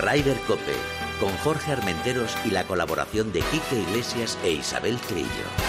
Ryder Cope, con Jorge Armenteros y la colaboración de Quique Iglesias e Isabel Trillo.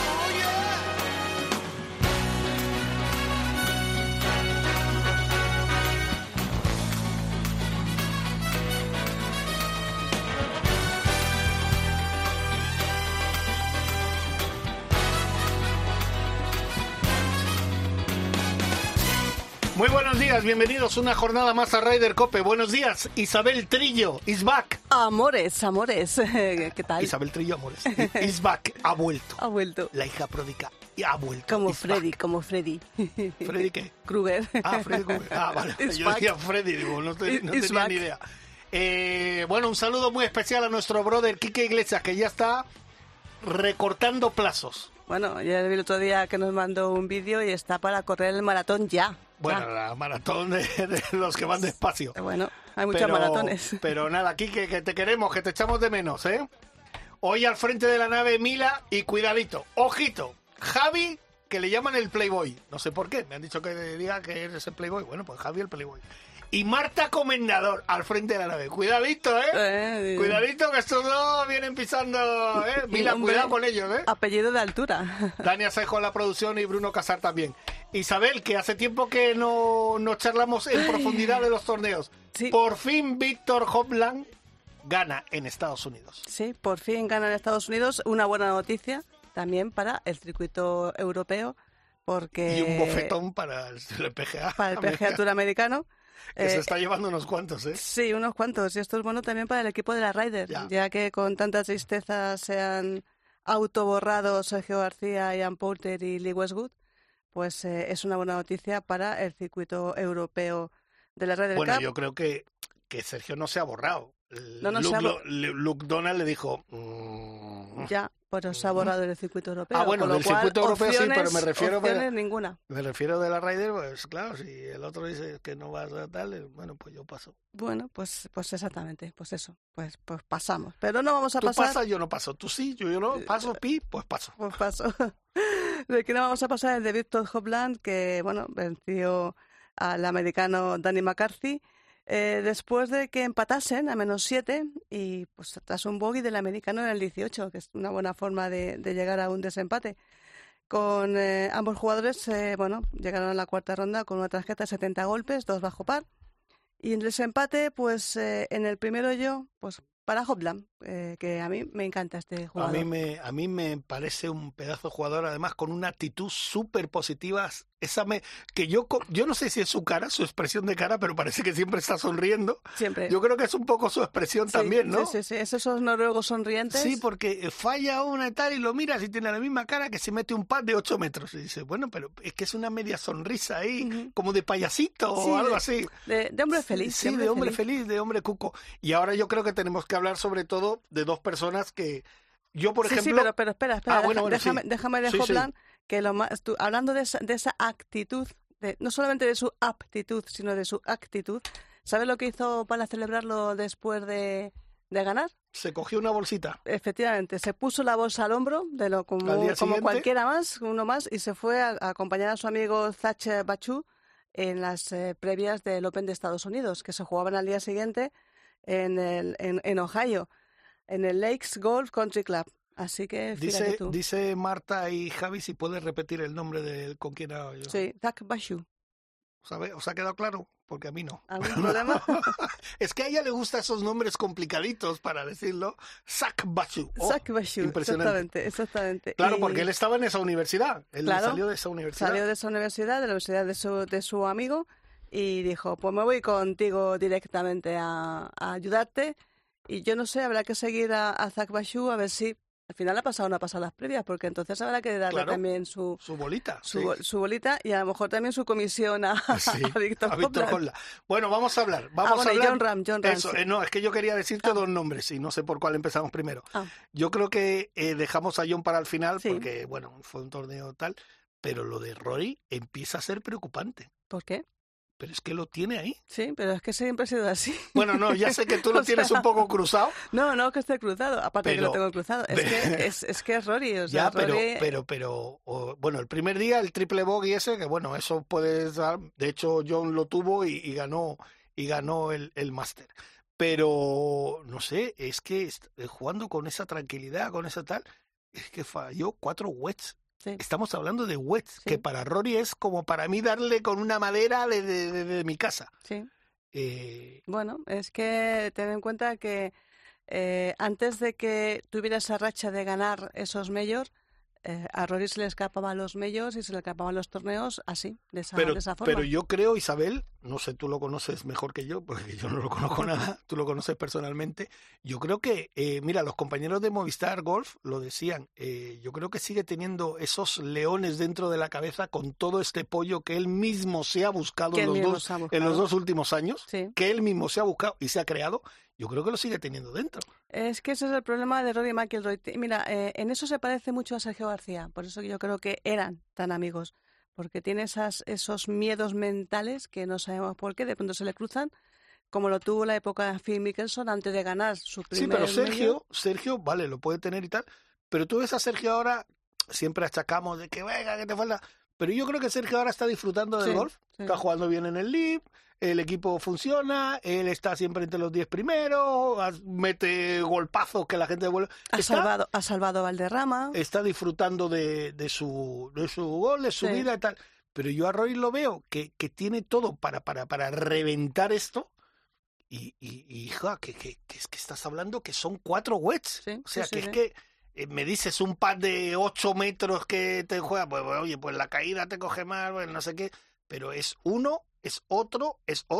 Muy buenos días, bienvenidos una jornada más a Ryder Cope. Buenos días, Isabel Trillo, is back. Amores, ¿qué tal? Isabel Trillo, amores, is back, ha vuelto. Ha vuelto. La hija pródiga, y ha vuelto. Como Freddy, como Freddy. ¿Freddy qué? Krueger. Ah, Freddy Krueger. Ah, vale, yo decía Freddy, digo, no tenía ni idea. Bueno, un saludo muy especial a nuestro brother Quique Iglesias, que ya está recortando plazos. Bueno, ya vi el otro día que nos mandó un vídeo y está para correr el maratón ya. Bueno, la maratón de los que van despacio. Bueno, hay muchas maratones. Pero nada, Quique, que te queremos, que te echamos de menos, ¿eh? Hoy al frente de la nave Mila y cuidadito, ojito, Javi, que le llaman el Playboy. No sé por qué, me han dicho que diga que eres el Playboy. Bueno, pues Javi el Playboy. Y Marta Comendador al frente de la nave. Cuidadito, Cuidadito, que estos dos vienen pisando, Mila, cuidado con ellos, Apellido de altura. Dani Asejo en la producción y Bruno Casar también. Isabel, que hace tiempo que no charlamos en profundidad de los torneos. Sí. Por fin Viktor Hovland gana en Estados Unidos. Sí, por fin gana en Estados Unidos. Una buena noticia también para el circuito europeo. Porque Y un bofetón para el PGA. Para el PGA Tour americano. Que se está llevando unos cuantos, Sí, unos cuantos. Y esto es bueno también para el equipo de la Ryder, ya que con tanta tristeza se han autoborrado Sergio García, Ian Poulter y Lee Westwood, pues es una buena noticia para el circuito europeo de la Ryder Cup. Bueno, yo creo que Sergio no se ha borrado. Luke Donald le dijo... Ya, pero se ha borrado el circuito europeo. Ah, bueno, del circuito europeo sí, pero me refiero... ninguna. Me refiero de la Ryder, pues claro, si el otro dice que no vas a tal, bueno, pues yo paso. Bueno, pues exactamente, pues eso, pues pasamos. Pero no vamos a pasar... Tú pasas, yo no paso. Tú sí, yo no. Paso, pues paso. Pues paso. De que no vamos a pasar el de Viktor Hovland, que, bueno, venció al americano Danny McCarthy, después de que empatasen a -7 y pues tras un bogey del americano en el 18, que es una buena forma de llegar a un desempate. Con ambos jugadores, llegaron a la cuarta ronda con una tarjeta de 70 golpes, 2 bajo par. Y en el desempate, pues en el primero pues para Hovland, que a mí me encanta este jugador. A mí me parece un pedazo de jugador, además con una actitud súper positiva. Que yo no sé si es su cara, su expresión de cara, pero parece que siempre está sonriendo. Siempre. Yo creo que es un poco su expresión también, ¿no? Sí, es esos noruegos sonrientes. Sí, porque falla una y tal y lo miras y tiene la misma cara que se mete un pad de 8 metros. Y dice, bueno, pero es que es una media sonrisa ahí, como de payasito o algo así. De hombre feliz. Sí, de hombre feliz, de hombre cuco. Y ahora yo creo que tenemos que hablar sobre todo de dos personas que yo, por ejemplo... Sí, pero espera, déjame de Hovland, que hablando de esa actitud, no solamente de su aptitud, sino de su actitud, ¿sabes lo que hizo para celebrarlo después de ganar? Se cogió una bolsita. Efectivamente, se puso la bolsa al hombro, como cualquiera más, uno más, y se fue a acompañar a su amigo Zach Bachu en las previas del Open de Estados Unidos, que se jugaban al día siguiente en Ohio, en el Lakes Golf Country Club. Así que fíjate tú. Dice Marta y Javi si puedes repetir el nombre de con quién era yo. Sí, Zach Bachu. ¿Sabe? ¿Os ha quedado claro? Porque a mí no. ¿Algún problema? Es que a ella le gustan esos nombres complicaditos para decirlo. Zach Bachu. Zach Bachu, exactamente. Claro, porque él estaba en esa universidad. Salió de esa universidad. Salió de esa universidad, de la universidad de su amigo, y dijo, pues me voy contigo directamente a ayudarte. Y yo no sé, habrá que seguir a Zach Bachu a ver si al final ha pasado o no ha pasado las previas, porque entonces habrá que darle también su bolita. Su bolita y a lo mejor también su comisión a Viktor Hovland. Bueno, vamos a hablar. John Ram. Eso, no, es que yo quería decirte dos nombres y no sé por cuál empezamos primero. Yo creo que dejamos a John para el final porque, bueno, fue un torneo tal, pero lo de Rory empieza a ser preocupante. ¿Por qué? Pero es que lo tiene ahí. Sí, pero es que siempre ha sido así. Bueno, no, ya sé que tú lo tienes un poco cruzado. No que esté cruzado, aparte que lo tengo cruzado. Es que es Rory, o sea, ya, Rory... pero bueno, el primer día, el triple bogey ese, que bueno, eso puedes dar, de hecho John lo tuvo y ganó el Máster. Pero, no sé, es que jugando con esa tranquilidad, con esa tal, es que falló 4 wets. Sí. Estamos hablando de wets, Sí. que para Rory es como para mí darle con una madera de mi casa. Sí. Eh, Bueno, es que ten en cuenta que antes de que tuviera esa racha de ganar esos majors, a Rory se le escapaban los majors y se le escapaban los torneos así, de esa forma. pero yo creo, Isabel, no sé, tú lo conoces mejor que yo, porque yo no lo conozco nada, tú lo conoces personalmente. Yo creo que, mira, los compañeros de Movistar Golf lo decían, yo creo que sigue teniendo esos leones dentro de la cabeza con todo este pollo que él mismo se ha buscado, Que en él los, mismo dos, se ha en buscado. los 2 últimos años, Sí. que él mismo se ha buscado y se ha creado. Yo creo que lo sigue teniendo dentro. Es que ese es el problema de Rory McIlroy. Mira, en eso se parece mucho a Sergio García, por eso yo creo que eran tan amigos, porque tiene esos miedos mentales que no sabemos por qué, de pronto se le cruzan, como lo tuvo la época de Phil Mickelson antes de ganar su primer Sí, pero major. Sergio, vale, lo puede tener y tal, pero tú ves a Sergio ahora, siempre achacamos de que venga, que te falta, pero yo creo que Sergio ahora está disfrutando del Sí, golf, sí. está jugando bien en el LIV, el equipo funciona, él está siempre entre los 10 primeros, mete golpazos que la gente vuelve. Ha salvado a Valderrama. Está disfrutando de su gol, de su Sí. vida y tal. Pero yo a Roy lo veo que tiene todo para reventar esto. Y hija, que es que estás hablando que son 4 wets. Sí, O sea, sí, que sí, es sí. que me dices un pad de 8 metros que te juega, pues oye, pues la caída te coge más, bueno, no sé qué. Pero es uno, es otro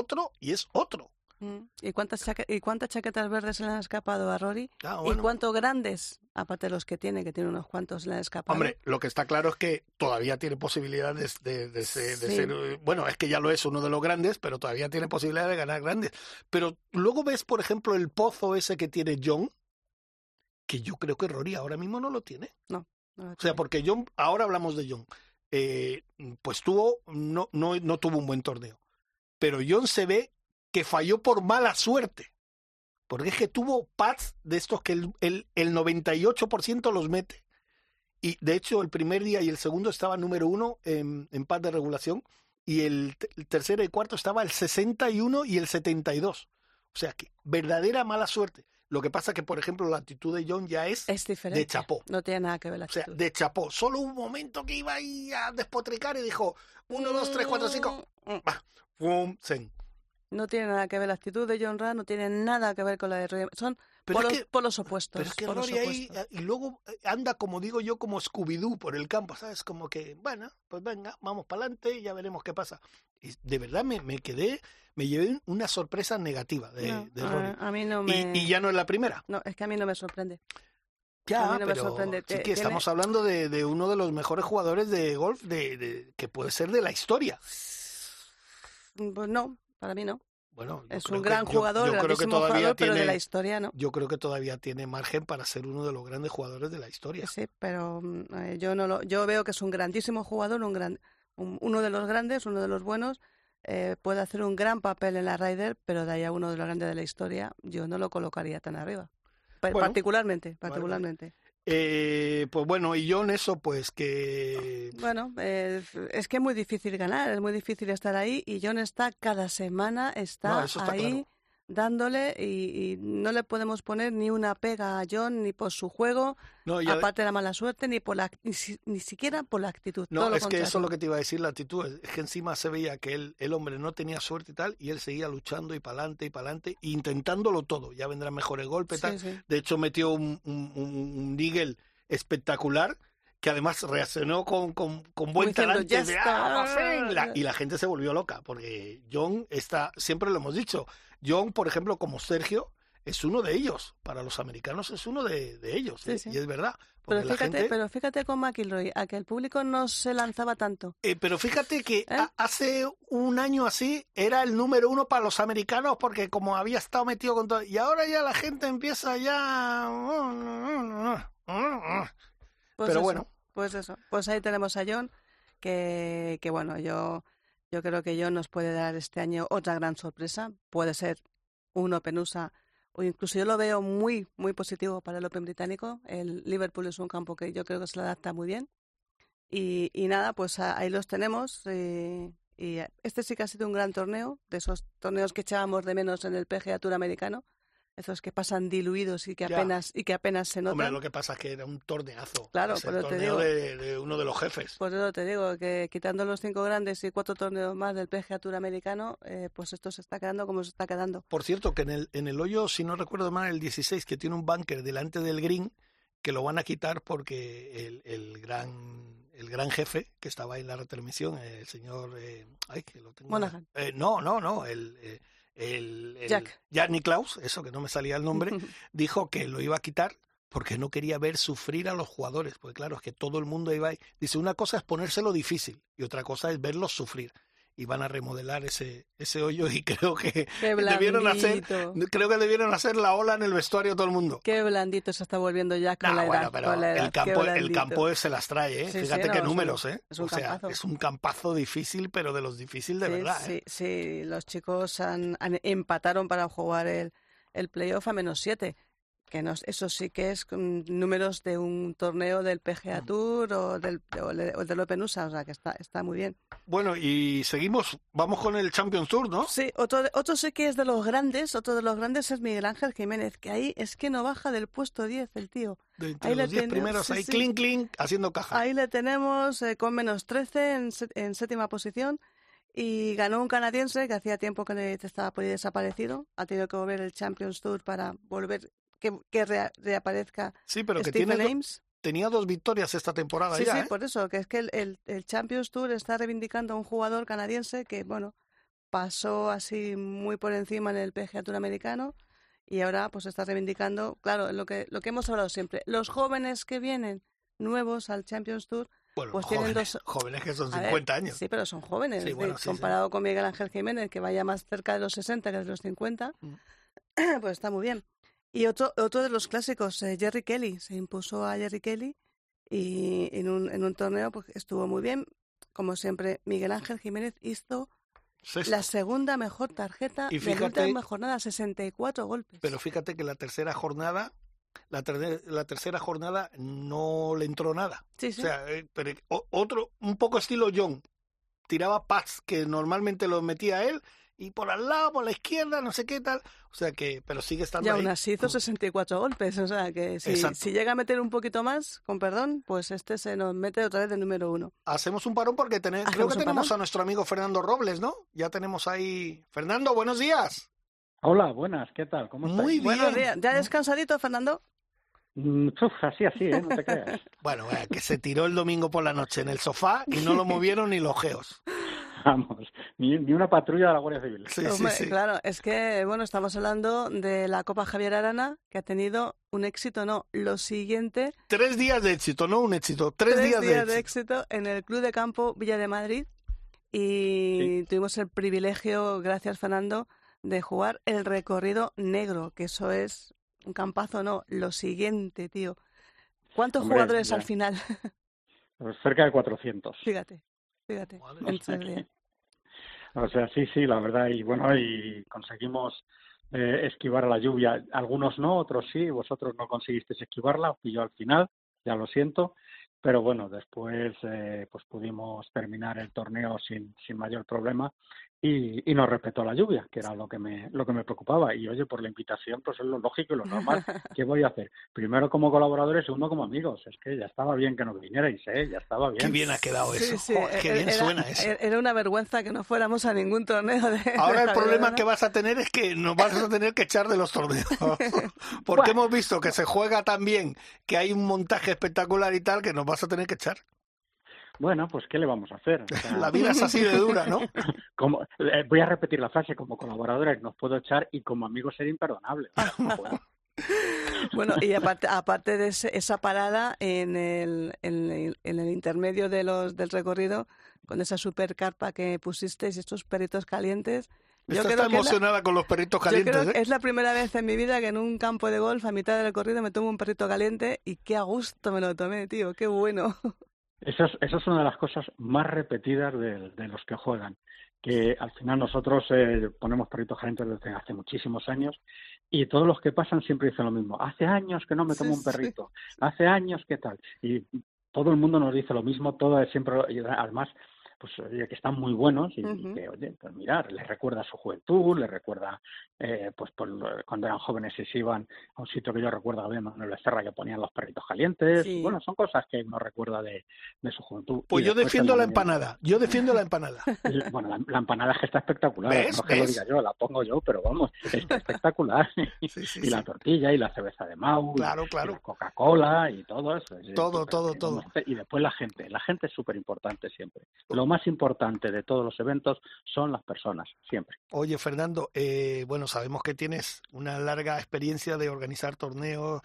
y es otro. ¿Y cuántas chaquetas verdes se le han escapado a Rory? Ah, ¿Y bueno. cuántos grandes, aparte de los que tiene unos cuantos, se le han escapado? Hombre, lo que está claro es que todavía tiene posibilidades de Sí. ser, bueno, es que ya lo es uno de los grandes, pero todavía tiene posibilidades de ganar grandes. Pero luego ves, por ejemplo, el pozo ese que tiene John, que yo creo que Rory ahora mismo no lo tiene. No lo O sea, tiene. porque John, ahora hablamos de John, pues no tuvo un buen torneo. Pero John se ve que falló por mala suerte. Porque es que tuvo pads de estos que el 98% los mete. Y de hecho, el primer día y el segundo estaba número 1 en pad de regulación. Y el tercero y cuarto estaba el 61 y el 72. O sea que verdadera mala suerte. Lo que pasa que, por ejemplo, la actitud de John ya es diferente. de chapó. No tiene nada que ver la O sea, actitud. de chapó. Solo un momento que iba ahí a despotricar y dijo 1, 2, 3, 4, 5. ¡Pum! Zen. No tiene nada que ver la actitud de John Ram, no tiene nada que ver con la de Rory. Son Pero polos opuestos. Pero es que polos Rory ahí, opuestos. y luego anda, como digo yo, como Scooby-Doo por el campo, ¿sabes? Como que, bueno, pues venga, vamos para adelante y ya veremos qué pasa. Y de verdad me llevé una sorpresa negativa de Rory. A mí no me... Y ya no es la primera. No, es que a mí no me sorprende. Ya, a mí no me pero sorprende. sí que estamos hablando de uno de los mejores jugadores de golf que puede ser de la historia. Pues no, para mí no. Bueno, Es un gran jugador, grandísimo jugador, pero de la historia no. Yo creo que todavía tiene margen para ser uno de los grandes jugadores de la historia. Sí, pero yo veo que es un grandísimo jugador, uno de los grandes, uno de los buenos. Puede hacer un gran papel en la Ryder, pero de ahí a uno de los grandes de la historia, yo no lo colocaría tan arriba. Bueno, particularmente. Vale. Pues bueno, y John, eso pues que... Bueno, es que es muy difícil ganar, es muy difícil estar ahí y John está cada semana, está ahí claro. dándole y no le podemos poner ni una pega a John ni por su juego, aparte de la mala suerte, ni siquiera por la actitud. No, todo lo es que contrario. eso es lo que te iba a decir, la actitud. Es que encima se veía que el hombre no tenía suerte y tal, y él seguía luchando y para adelante, intentándolo todo. Ya vendrán mejores golpes y tal. Sí. De hecho, metió un niggle espectacular, que además reaccionó con buen talante. Y la gente se volvió loca, porque John siempre lo hemos dicho, John, por ejemplo, como Sergio, es uno de ellos. Para los americanos es uno de ellos. Sí. Y es verdad. Pero fíjate con McIlroy, a que el público no se lanzaba tanto. Pero fíjate que hace un año así era el número 1 para los americanos porque como había estado metido con todo. Y ahora ya la gente empieza ya... Pero bueno. Pues eso. Pues ahí tenemos a John, que bueno, yo creo que John nos puede dar este año otra gran sorpresa. Puede ser un Open USA, o incluso yo lo veo muy, muy positivo para el Open británico. El Liverpool es un campo que yo creo que se le adapta muy bien. Y nada, pues ahí los tenemos. Y y este sí que ha sido un gran torneo, de esos torneos que echábamos de menos en el PGA Tour americano, esos que pasan diluidos y que apenas se notan. Hombre, lo que pasa es que era un torneazo. Claro, es el pero te torneo digo, de uno de los jefes. por eso te digo que quitando los 5 grandes y 4 torneos más del PGA Tour americano, pues esto se está quedando como se está quedando. Por cierto, que en el hoyo, si no recuerdo mal, el 16, que tiene un bunker delante del green, que lo van a quitar porque el gran jefe que estaba en la retransmisión, el señor... que lo tengo... Monaghan. No, Jack Nicklaus, eso que no me salía el nombre, dijo que lo iba a quitar porque no quería ver sufrir a los jugadores, porque claro, es que todo el mundo iba ahí. Dice, una cosa es ponérselo difícil y otra cosa es verlos sufrir. Y van a remodelar ese hoyo y creo que debieron hacer la ola en el vestuario todo el mundo. Qué blandito se está volviendo ya con la edad. Pero con la edad, el campo se las trae, ¿eh? Sí, Fíjate sí, qué no, números, ¿eh? Es un campazo. Es un campazo difícil, pero de los difíciles de verdad, ¿eh? Sí, los chicos empataron para jugar el playoff a -7. Que no, eso sí que es números de un torneo del PGA Tour o del Open USA, o sea que está muy bien. Bueno, y seguimos, vamos con el Champions Tour, ¿no? Sí, otro sí que es de los grandes, otro de los grandes es Miguel Ángel Jiménez, que ahí es que no baja del puesto 10 el tío. Entre los 10 primeros, ahí clink, haciendo caja. Ahí le tenemos con -13 en séptima posición. Y ganó un canadiense que hacía tiempo que estaba por ahí desaparecido. Ha tenido que volver el Champions Tour para volver que reaparezca. Sí, pero que Stephen Ames. Tenía 2 victorias esta temporada ya. Sí, por eso, que es que el Champions Tour está reivindicando a un jugador canadiense que, bueno, pasó así muy por encima en el PGA Tour americano y ahora pues está reivindicando, claro, lo que hemos hablado siempre, los jóvenes que vienen nuevos al Champions Tour. Bueno, pues jóvenes que son 50 años. Sí, pero son jóvenes. Sí, bueno, comparado con Miguel Ángel Jiménez, que vaya más cerca de los 60 que de los 50, pues está muy bien. Y otro de los clásicos, Jerry Kelly. Se impuso a Jerry Kelly y en un torneo pues estuvo muy bien. Como siempre, Miguel Ángel Jiménez hizo la segunda mejor tarjeta de la última jornada, 64 golpes. Pero fíjate que la tercera jornada no le entró nada. Sí. O sea, pero otro, un poco estilo John, tiraba pads que normalmente los metía él y por al lado, por la izquierda, no sé qué tal. O sea que, pero sigue estando y ahí. Y aún así hizo 64 golpes. O sea que si llega a meter un poquito más, con perdón, pues este se nos mete otra vez de número 1. Hacemos un parón porque creo que tenemos a nuestro amigo Fernando Robles, ¿no? Ya tenemos ahí. Fernando, buenos días. Hola, buenas, ¿qué tal? ¿Cómo estás? Muy bien. Buenos días. ¿Ya descansadito, Fernando? Así, no te creas. Bueno, que se tiró el domingo por la noche en el sofá y no lo movieron ni los geos. Vamos, ni una patrulla de la Guardia Civil. Sí. Claro, es que, bueno, estamos hablando de la Copa Javier Arana, que ha tenido un éxito, lo siguiente. 3 días de éxito, no un éxito, 3 días de éxito en el Club de Campo Villa de Madrid y tuvimos el privilegio, gracias Fernando, de jugar el recorrido negro, que eso es un campazo, lo siguiente, tío. ¿Cuántos jugadores al final? Pues cerca de 400. Fíjate. En 3 días. O sea, sí, la verdad, y bueno, y conseguimos esquivar a la lluvia. Algunos no, otros sí, vosotros no conseguisteis esquivarla, fui yo al final, ya lo siento, pero bueno, después pues pudimos terminar el torneo sin mayor problema y nos respetó la lluvia, que era lo que me preocupaba. Y oye, por la invitación, pues es lo lógico y lo normal. ¿Qué voy a hacer? Primero como colaboradores, segundo como amigos. Es que ya estaba bien que nos vinierais, ya estaba bien. Qué bien ha quedado eso. Sí. Joder, qué bien suena eso. Era una vergüenza que no fuéramos a ningún torneo. Ahora el problema que vas a tener es que nos vas a tener que echar de los torneos. Porque hemos visto que se juega tan bien, que hay un montaje espectacular y tal, que nos vas a tener que echar. Bueno, pues ¿qué le vamos a hacer? O sea, la vida es así de dura, ¿no? Voy a repetir la frase, como colaboradores nos puedo echar y como amigos sería imperdonable. Bueno, y aparte de esa parada en el intermedio del recorrido, con esa super carpa que pusisteis y estos perritos calientes. Está emocionada con los perritos calientes. Yo creo que es la primera vez en mi vida que en un campo de golf, a mitad del recorrido, me tomo un perrito caliente y qué a gusto me lo tomé, tío, qué bueno. Esa es una de las cosas más repetidas de los que juegan, que al final nosotros ponemos perritos calientes desde hace muchísimos años y todos los que pasan siempre dicen lo mismo. Hace años que no me tomo un perrito, hace años que tal. Y todo el mundo nos dice lo mismo, todo es siempre, además pues oye, que están muy buenos y Ujú. que, oye, pues mirar, les recuerda su juventud, les recuerda pues cuando eran jóvenes y se iban a un sitio que yo recuerdo de Manuel Becerra que ponían los perritos calientes. Sí. Bueno, son cosas que uno recuerda de su juventud. Y Pues yo después en defiendo la Navidad, empanada. Yo defiendo la empanada. bueno, la empanada es que está espectacular, ¿Ves? no es que lo ¿Ves? diga yo, la pongo yo, pero vamos, está espectacular. Sí, sí, Y la sí. tortilla y la cerveza de Mau Claro, y claro. la Coca-Cola y todo eso. Todo, Pero todo, ¿qué vamos todo. a hacer? Y después la gente es súper importante siempre. Lo más importante de todos los eventos son las personas, siempre. Oye, Fernando, bueno, sabemos que tienes una larga experiencia de organizar torneos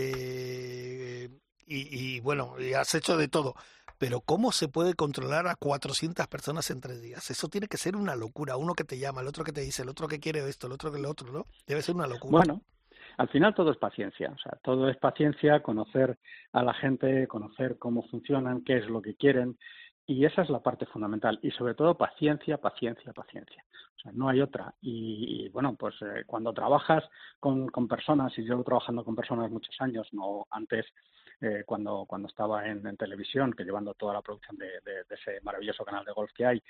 bueno, y has hecho de todo. Pero ¿cómo se puede controlar a 400 personas en 3 días? Eso tiene que ser una locura. Uno que te llama, el otro que te dice, el otro que quiere esto, el otro que lo otro, ¿no? Debe ser una locura. Bueno, al final todo es paciencia, o sea, todo es paciencia, conocer a la gente, conocer cómo funcionan, qué es lo que quieren, y esa es la parte fundamental, y sobre todo paciencia, paciencia, paciencia. O sea, no hay otra. Y bueno, pues cuando trabajas con personas, y llevo trabajando con personas muchos años, no antes cuando estaba en televisión, que llevando toda la producción de ese maravilloso canal de golf que hay,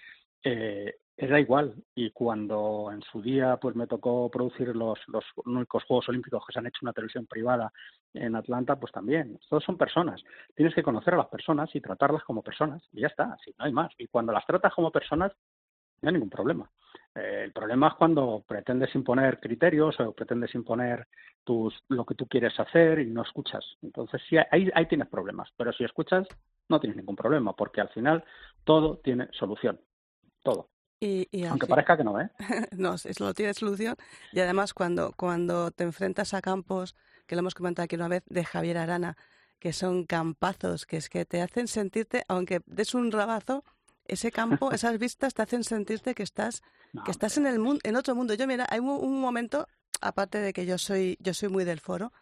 era igual. Y cuando en su día pues me tocó producir los únicos Juegos Olímpicos que se han hecho en una televisión privada en Atlanta, pues también. Todos son personas. Tienes que conocer a las personas y tratarlas como personas. Y ya está, así no hay más. Y cuando las tratas como personas, no hay ningún problema. El problema es cuando pretendes imponer criterios o pretendes imponer lo que tú quieres hacer y no escuchas. Entonces, sí, ahí tienes problemas. Pero si escuchas, no tienes ningún problema, porque al final todo tiene solución. Todo. Y Aunque parezca que no, ¿eh? no, eso no tiene solución. Y además, cuando te enfrentas a campos, que lo hemos comentado aquí una vez, de Javier Arana, que son campazos, que es que te hacen sentirte, aunque des un rabazo, ese campo, esas vistas te hacen sentirte que estás No, en el mundo, en otro mundo. Yo, mira, hay un momento, aparte de que yo soy muy del foro,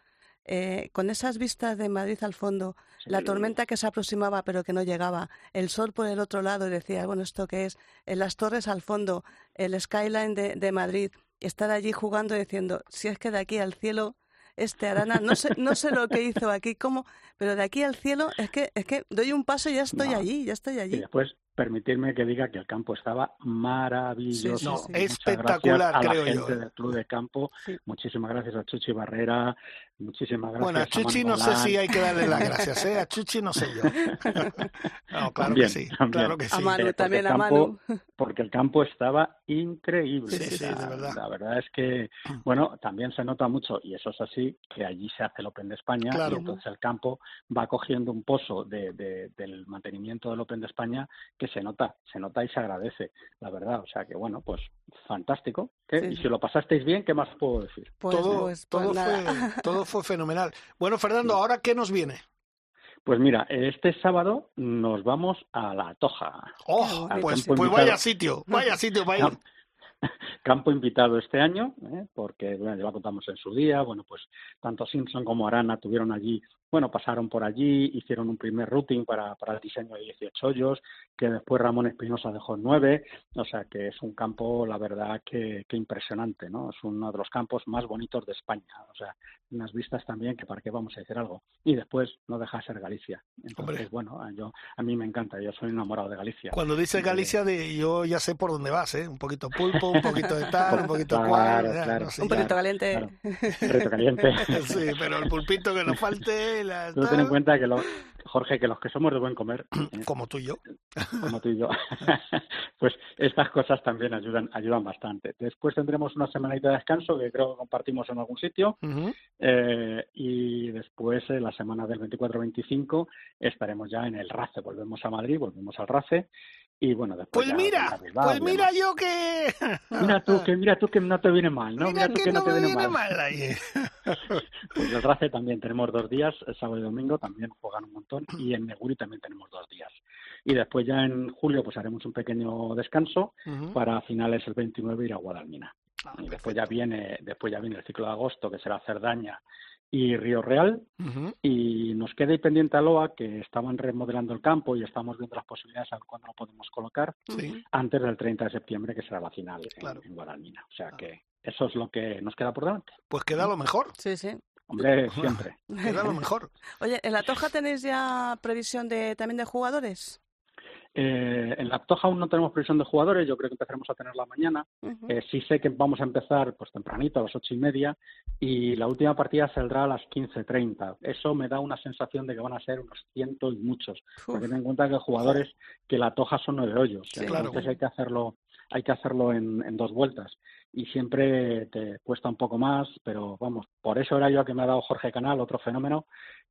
con esas vistas de Madrid al fondo, sí. la tormenta que se aproximaba pero que no llegaba, el sol por el otro lado, y decía, bueno, ¿esto qué es? Las torres al fondo, el skyline de Madrid, estar allí jugando diciendo, si es que de aquí al cielo, Arana, no sé lo que hizo aquí, cómo, pero de aquí al cielo es que doy un paso y ya estoy No. allí, ya estoy Y allí. después permitirme que diga que el campo estaba maravilloso. Sí, No, sí. Muchas espectacular, gracias a creo la yo. gente del Club de Campo. Sí. Muchísimas gracias a Chuchi Barrera. Muchísimas gracias Bueno, a Chuchi no sé si hay que darle las gracias, ¿eh? A Chuchi no sé yo. No, claro También, que sí, también. claro que A sí. Manu, Porque también el a campo, Manu. porque el campo estaba increíble. Sí, sí, de verdad. La verdad es que, bueno, también se nota mucho, y eso es así, que allí se hace el Open de España, Claro. y entonces el campo va cogiendo un pozo del mantenimiento del Open de España que se nota y se agradece, la verdad. O sea que, bueno, pues fantástico. ¿Qué? Sí, Y sí. si lo pasasteis bien, ¿qué más puedo decir? Pues nada. Todo fue fenomenal. Bueno, Fernando, ¿ahora qué nos viene? Pues mira, este sábado nos vamos a La Toja. Oh, Qué pues bonito. vaya sitio para ir. Campo invitado este año, porque bueno, ya lo contamos en su día. Bueno, pues tanto Simpson como Arana tuvieron allí, bueno, pasaron por allí, hicieron un primer routing para el diseño de 18 hoyos, que después Ramón Espinosa dejó en 9, o sea que es un campo, la verdad, que impresionante, ¿no? Es uno de los campos más bonitos de España, o sea, unas vistas también que para qué vamos a decir algo. Y después no deja de ser Galicia. Entonces, bueno, a mí me encanta, yo soy enamorado de Galicia. Cuando dices Galicia, yo ya sé por dónde vas, ¿eh? Un poquito pulpo, un poquito de tal, un poquito cual, claro, no sé, un poquito caliente. Claro. Un poquito caliente. Sí, pero el pulpito que nos falte, Tú ten en cuenta que Jorge, que los que somos de buen comer, como tú y yo, como tú y yo, pues estas cosas también ayudan bastante. Después tendremos una semanita de descanso que creo que compartimos en algún sitio. Uh-huh. Y después la semana del 24-25 estaremos ya en el RACE, volvemos a Madrid, volvemos al RACE. Y bueno, después pues mira yo que... Mira tú que no te viene mal, ¿no? Mira tú que no te viene mal. mal ahí. Pues el RACE también tenemos 2 días, el sábado y domingo también juegan un montón, y en Neguri también tenemos 2 días. Y después ya en julio pues haremos un pequeño descanso para a finales el 29 ir a Guadalmina. Y después ya viene el ciclo de agosto, que será Cerdaña y Río Real, y nos queda ahí pendiente Aloa, que estaban remodelando el campo y estamos viendo las posibilidades a ver cuándo lo podemos colocar, antes del 30 de septiembre, que será la final en Guadalmina. O sea que eso es lo que nos queda por delante. Pues queda lo mejor. Sí, sí. Hombre, siempre. Queda lo mejor. Oye, ¿en La Toja tenéis ya previsión también de jugadores? En la Aptoja aún no tenemos previsión de jugadores, yo creo que empezaremos a tenerla mañana. Sí sé que vamos a empezar pues tempranito, a las 8:30, y la última partida saldrá a las 15:30. Eso me da una sensación de que van a ser unos 100 y muchos, porque ten en cuenta que jugadores que la Toja son 9 hoyos, Sí, entonces claro. hay que hacerlo en 2 vueltas, y siempre te cuesta un poco más, pero vamos, por eso era yo que me ha dado Jorge Canal, otro fenómeno.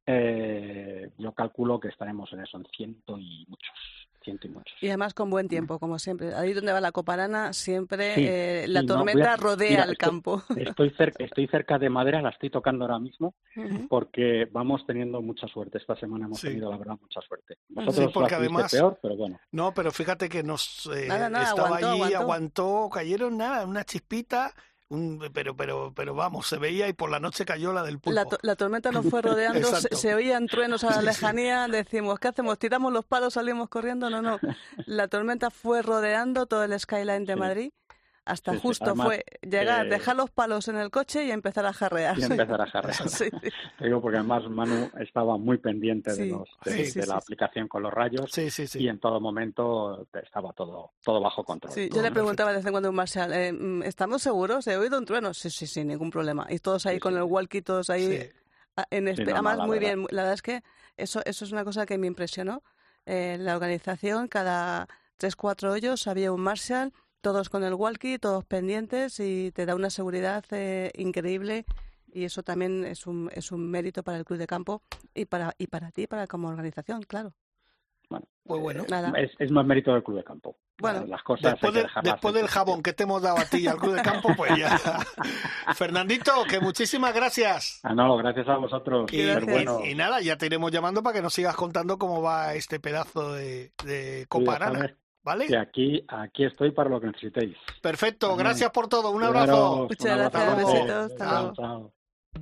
Yo calculo que estaremos en eso, en 100 y muchos. Y además con buen tiempo, como siempre. Ahí donde va la Coparana, siempre Sí, la tormenta rodea el campo. Estoy cerca de madera, la estoy tocando ahora mismo, Ujú. porque vamos teniendo mucha suerte. Esta semana hemos Sí. tenido, la verdad, mucha suerte. Sí, Vosotros porque la tuviste además- peor, pero bueno. No, pero fíjate que nos Nada, estaba allí, aguantó. aguantó, cayeron nada, una chispita, pero vamos, se veía y por la noche cayó la del pulpo. La tormenta nos fue rodeando, Exacto. se oían truenos a la Sí, sí. lejanía, decimos, ¿qué hacemos? ¿Tiramos los palos, salimos corriendo? No. La tormenta fue rodeando todo el skyline de Sí. Madrid, hasta Sí, sí. justo Además, fue llegar, eh, dejar los palos en el coche y empezar a jarrear. Y empezar a jarrear. Sí. Te digo porque además Manu estaba muy pendiente Sí. de la aplicación con los rayos, Sí, sí, sí. y en todo momento estaba todo bajo control. Sí, yo Todo le preguntaba de perfecto. vez en cuando a un Marshall, ¿estamos seguros? ¿He oído un trueno? Sí, ningún problema. Y todos ahí Sí, con sí. el walkie, todos ahí Sí. Además, la muy verdad. bien. La verdad es que eso es una cosa que me impresionó. La organización, cada 3-4 hoyos había un Marshall, todos con el walkie, todos pendientes, y te da una seguridad increíble. Y eso también es un mérito para el Club de Campo y para ti, como organización, claro. Bueno, Pues bueno. Nada. es más mérito del Club de Campo. Bueno, Las cosas Después, hay que dejarlas después en del su jabón sitio. que te hemos dado a ti y al Club de Campo, pues ya. Fernandito, que muchísimas gracias. No, gracias a vosotros. Y, Súper bueno. y nada, ya te iremos llamando para que nos sigas contando cómo va este pedazo de Tú Copa ya Arana, sabes ¿vale? que aquí estoy para lo que necesitéis. Perfecto, Vale. gracias por todo, un Cuidaros, abrazo. Muchas un abrazo gracias, fuerte. besitos, hasta luego. Chao.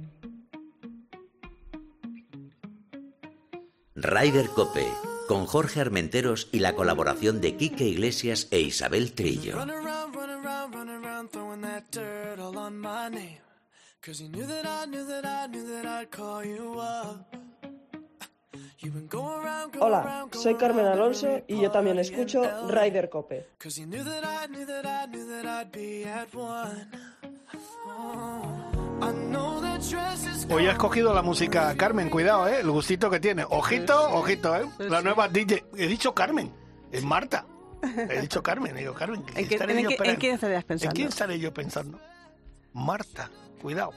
Ryder Cope, con Jorge Armenteros y la colaboración de Quique Iglesias e Isabel Trillo. Run around, throwing that dirt all on my name. 'Cause you knew that I'd call you up. You've been going around, Hola, soy Carmen Alonso y yo también escucho Ryder Cope. 'Cause you knew that I'd be at one. I know that dress is Hoy ha escogido la música Carmen, cuidado, el gustito que tiene. Ojito, la nueva DJ. He dicho Carmen, es Marta. He dicho Carmen, digo Carmen. ¿En quién estarías pensando? ¿En quién estaré yo pensando? Marta, cuidado.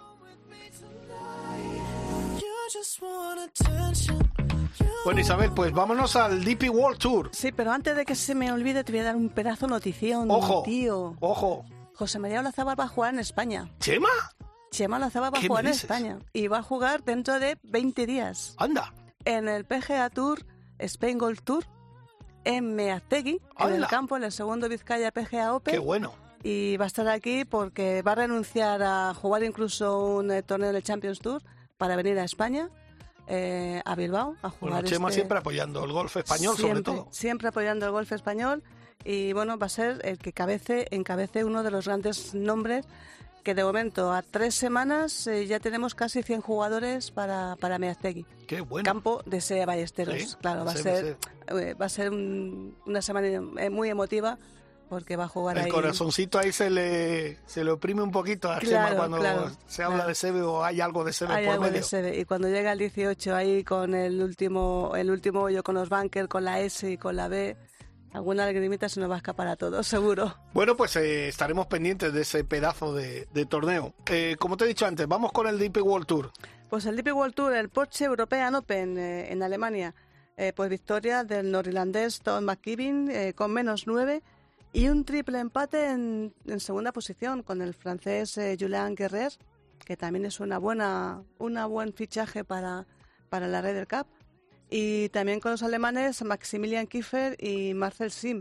You just want attention. Bueno, Isabel, pues vámonos al DP World Tour. Sí, pero antes de que se me olvide, te voy a dar un pedazo notición, Ojo, tío. ojo. José María Olazábal va a jugar en España. ¿Chema? Chema Olazábal va a ¿Qué jugar me en dices? España. Y va a jugar dentro de 20 días. Anda. En el PGA Tour, Spain Golf Tour, en Meaztegui, en el ¡Hala! campo, en el segundo Vizcaya PGA Open. Qué bueno. Y va a estar aquí porque va a renunciar a jugar incluso un torneo del Champions Tour para venir a España, a Bilbao, a jugar. Bueno, Chema siempre apoyando el golf español, sobre todo. Siempre apoyando el golf español. Y bueno, va a ser el que encabece uno de los grandes nombres, que de momento a 3 semanas ya tenemos casi 100 jugadores para Meaztegui. Qué bueno. Campo de Sea Ballesteros. Sí, Claro, va a ser una semana muy emotiva porque va a jugar ahí. El corazoncito ahí se le oprime un poquito a Chema cuando se habla de Seve o hay algo de Seve Hay por algo medio. de Seve. Y cuando llega el 18 ahí con el último hoyo con los bunkers, con la S y con la B, alguna lagrimita se nos va a escapar a todos, seguro. Bueno, pues estaremos pendientes de ese pedazo de torneo. Como te he dicho antes, vamos con el DP World Tour. Pues el DP World Tour, el Porsche European Open en Alemania, pues victoria del norirlandés Tom McKibben con -9 y un triple empate en segunda posición con el francés Julien Guerrer, que también es un buen fichaje para la Ryder Cup. Y también con los alemanes Maximilian Kiefer y Marcel Sim.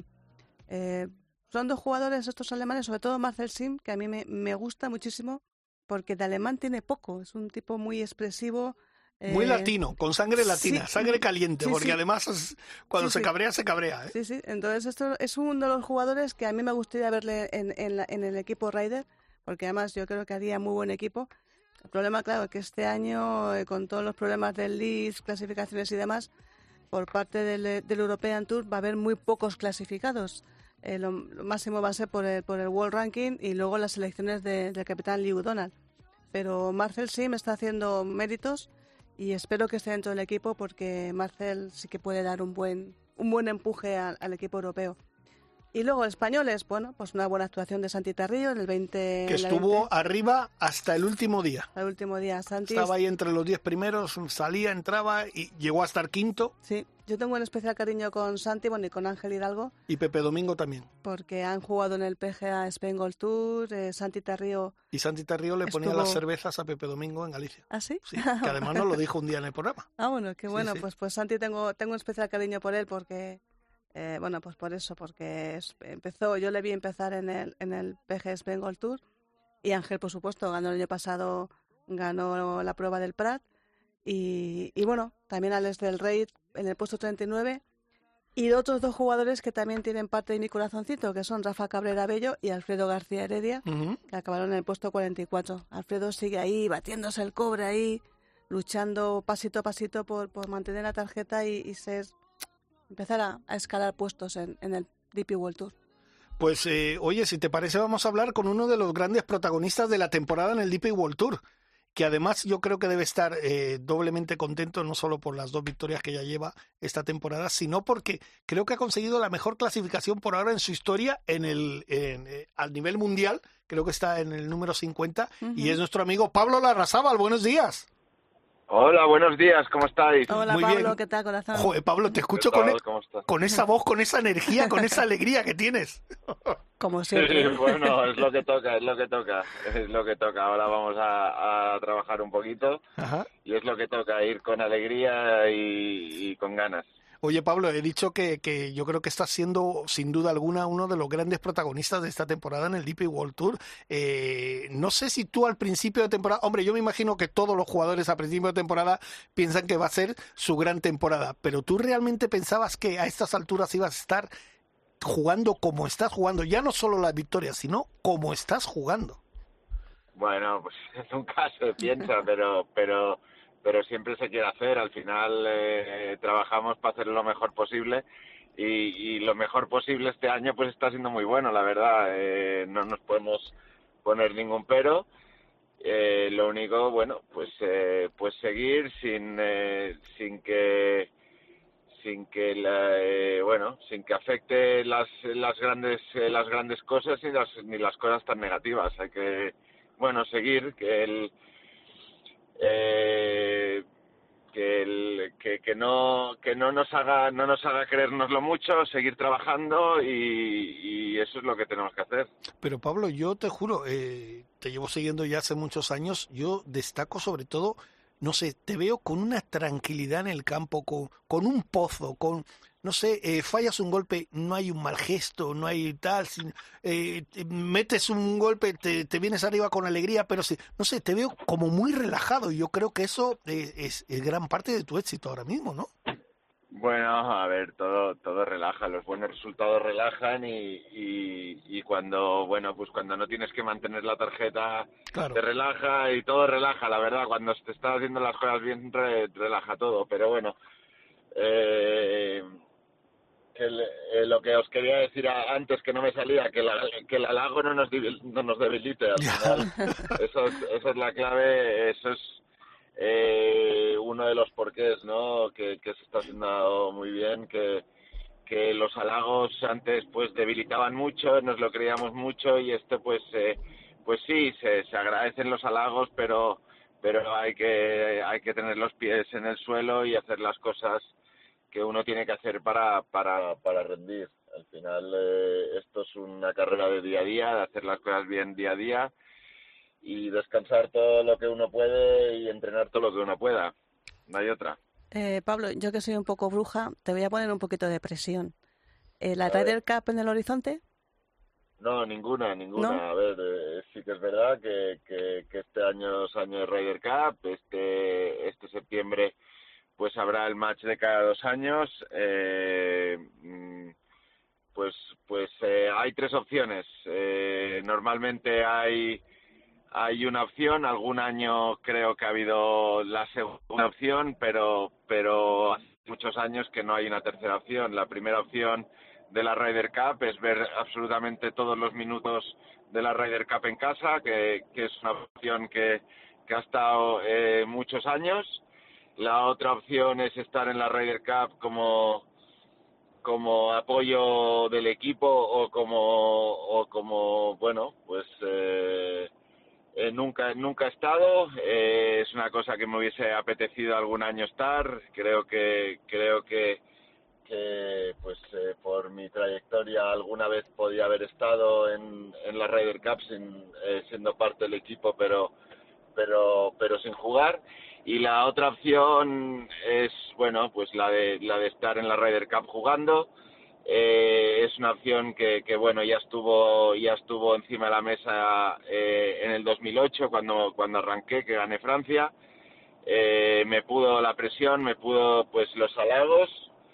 Son 2 jugadores estos alemanes, sobre todo Marcel Sim, que a mí me gusta muchísimo porque de alemán tiene poco. Es un tipo muy expresivo. Muy latino, con sangre latina, sí, sangre caliente, sí, porque sí. además cuando Sí, se sí. se cabrea. Sí. Entonces esto es uno de los jugadores que a mí me gustaría verle en el equipo Ryder, porque además yo creo que haría muy buen equipo. El problema, claro, que este año, con todos los problemas del Leeds, clasificaciones y demás, por parte del European Tour va a haber muy pocos clasificados. Lo máximo va a ser por el World Ranking y luego las selecciones del capitán Liu Donald. Pero Marcel Sim está haciendo méritos y espero que esté dentro del equipo porque Marcel sí que puede dar un buen empuje al equipo europeo. Y luego españoles, bueno, pues una buena actuación de Santi Tarrillo en el 20... Que estuvo arriba hasta el último día. El último día, Santi. Estaba ahí entre los 10 primeros, salía, entraba y llegó a estar quinto. Sí, yo tengo un especial cariño con Santi, bueno, y con Ángel Hidalgo. Y Pepe Domingo también. Porque han jugado en el PGA Spain Gold Tour, Santi Tarrillo... Y Santi Tarrillo le ponía las cervezas a Pepe Domingo en Galicia. ¿Ah, sí? Sí, que además nos lo dijo un día en el programa. Ah, bueno, qué bueno. Sí, sí. Pues Santi tengo un especial cariño por él porque... bueno, pues por eso, porque yo le vi empezar en el PGA Spain Gold Tour y Ángel, por supuesto, ganó el año pasado, ganó la prueba del Prat y bueno, también Alex del Rey en el puesto 39 y otros dos jugadores que también tienen parte de mi corazoncito, que son Rafa Cabrera Bello y Alfredo García Heredia, que acabaron en el puesto 44. Alfredo sigue ahí, batiéndose el cobre ahí, luchando pasito a pasito por mantener la tarjeta y empezar a escalar puestos en el DP World Tour. Pues, oye, si te parece, vamos a hablar con uno de los grandes protagonistas de la temporada en el DP World Tour, que además yo creo que debe estar doblemente contento, no solo por las 2 victorias que ya lleva esta temporada, sino porque creo que ha conseguido la mejor clasificación por ahora en su historia al nivel mundial. Creo que está en el número 50 y es nuestro amigo Pablo Larrazábal. Buenos días. Hola, buenos días, ¿cómo estáis? Hola, Muy Pablo, bien. ¿qué tal, corazón? Joder, Pablo, te escucho con esa voz, con esa energía, con esa alegría que tienes. Como siempre. Sí, bueno, es lo que toca. Ahora vamos a trabajar un poquito. Ajá. Y es lo que toca, ir con alegría y con ganas. Oye, Pablo, he dicho que yo creo que estás siendo, sin duda alguna, uno de los grandes protagonistas de esta temporada en el DP World Tour. No sé si tú al principio de temporada... Hombre, yo me imagino que todos los jugadores a principio de temporada piensan que va a ser su gran temporada, pero ¿tú realmente pensabas que a estas alturas ibas a estar jugando como estás jugando? Ya no solo las victorias, sino como estás jugando. Bueno, pues nunca se piensa, pero siempre se quiere hacer. Al final trabajamos para hacer lo mejor posible y lo mejor posible este año pues está siendo muy bueno, la verdad. No nos podemos poner ningún pero. Lo único, bueno, pues seguir sin que afecte las grandes cosas ni las cosas tan negativas. Hay que, bueno, seguir que no nos haga creérnoslo mucho, seguir trabajando y eso es lo que tenemos que hacer. Pero Pablo, yo te juro, te llevo siguiendo ya hace muchos años, yo destaco sobre todo, no sé, te veo con una tranquilidad en el campo, con un pozo, no sé, fallas un golpe, no hay un mal gesto, no hay tal, metes un golpe, te vienes arriba con alegría, pero no sé, te veo como muy relajado y yo creo que eso es gran parte de tu éxito ahora mismo, ¿no? Bueno, a ver, todo relaja, los buenos resultados relajan y cuando no tienes que mantener la tarjeta, claro, te relaja y todo relaja, la verdad, cuando te estás haciendo las cosas bien relaja todo, pero bueno, lo que os quería decir antes que no me salía, que el halago no nos debilite al final. Eso es la clave, eso es uno de los porqués, ¿no? Que se está haciendo muy bien, que los halagos antes pues debilitaban mucho, nos lo creíamos mucho y esto pues sí, se agradecen los halagos, pero hay que tener los pies en el suelo y hacer las cosas que uno tiene que hacer para rendir. Al final esto es una carrera de día a día, de hacer las cosas bien día a día y descansar todo lo que uno puede y entrenar todo lo que uno pueda. No hay otra. Pablo, yo que soy un poco bruja, te voy a poner un poquito de presión. ¿La Ryder Cup en el horizonte? No, ninguna. ¿No? A ver, sí que es verdad que este año es año de Ryder Cup, este septiembre pues habrá el match de cada 2 años. Hay 3 opciones. Normalmente hay una opción, algún año creo que ha habido la segunda opción, pero muchos años que no hay una tercera opción. La primera opción de la Ryder Cup es ver absolutamente todos los minutos de la Ryder Cup en casa, que es una opción que ha estado muchos años. La otra opción es estar en la Ryder Cup como apoyo del equipo o como bueno, pues nunca he estado. Es una cosa que me hubiese apetecido algún año estar. Creo que pues por mi trayectoria alguna vez podía haber estado en la Ryder Cup siendo parte del equipo, pero sin jugar. Y la otra opción es, bueno, pues la de estar en la Ryder Cup jugando. Es una opción que bueno, ya estuvo encima de la mesa en el 2008 cuando arranqué, que gané Francia. Me pudo la presión, me pudo pues los halagos,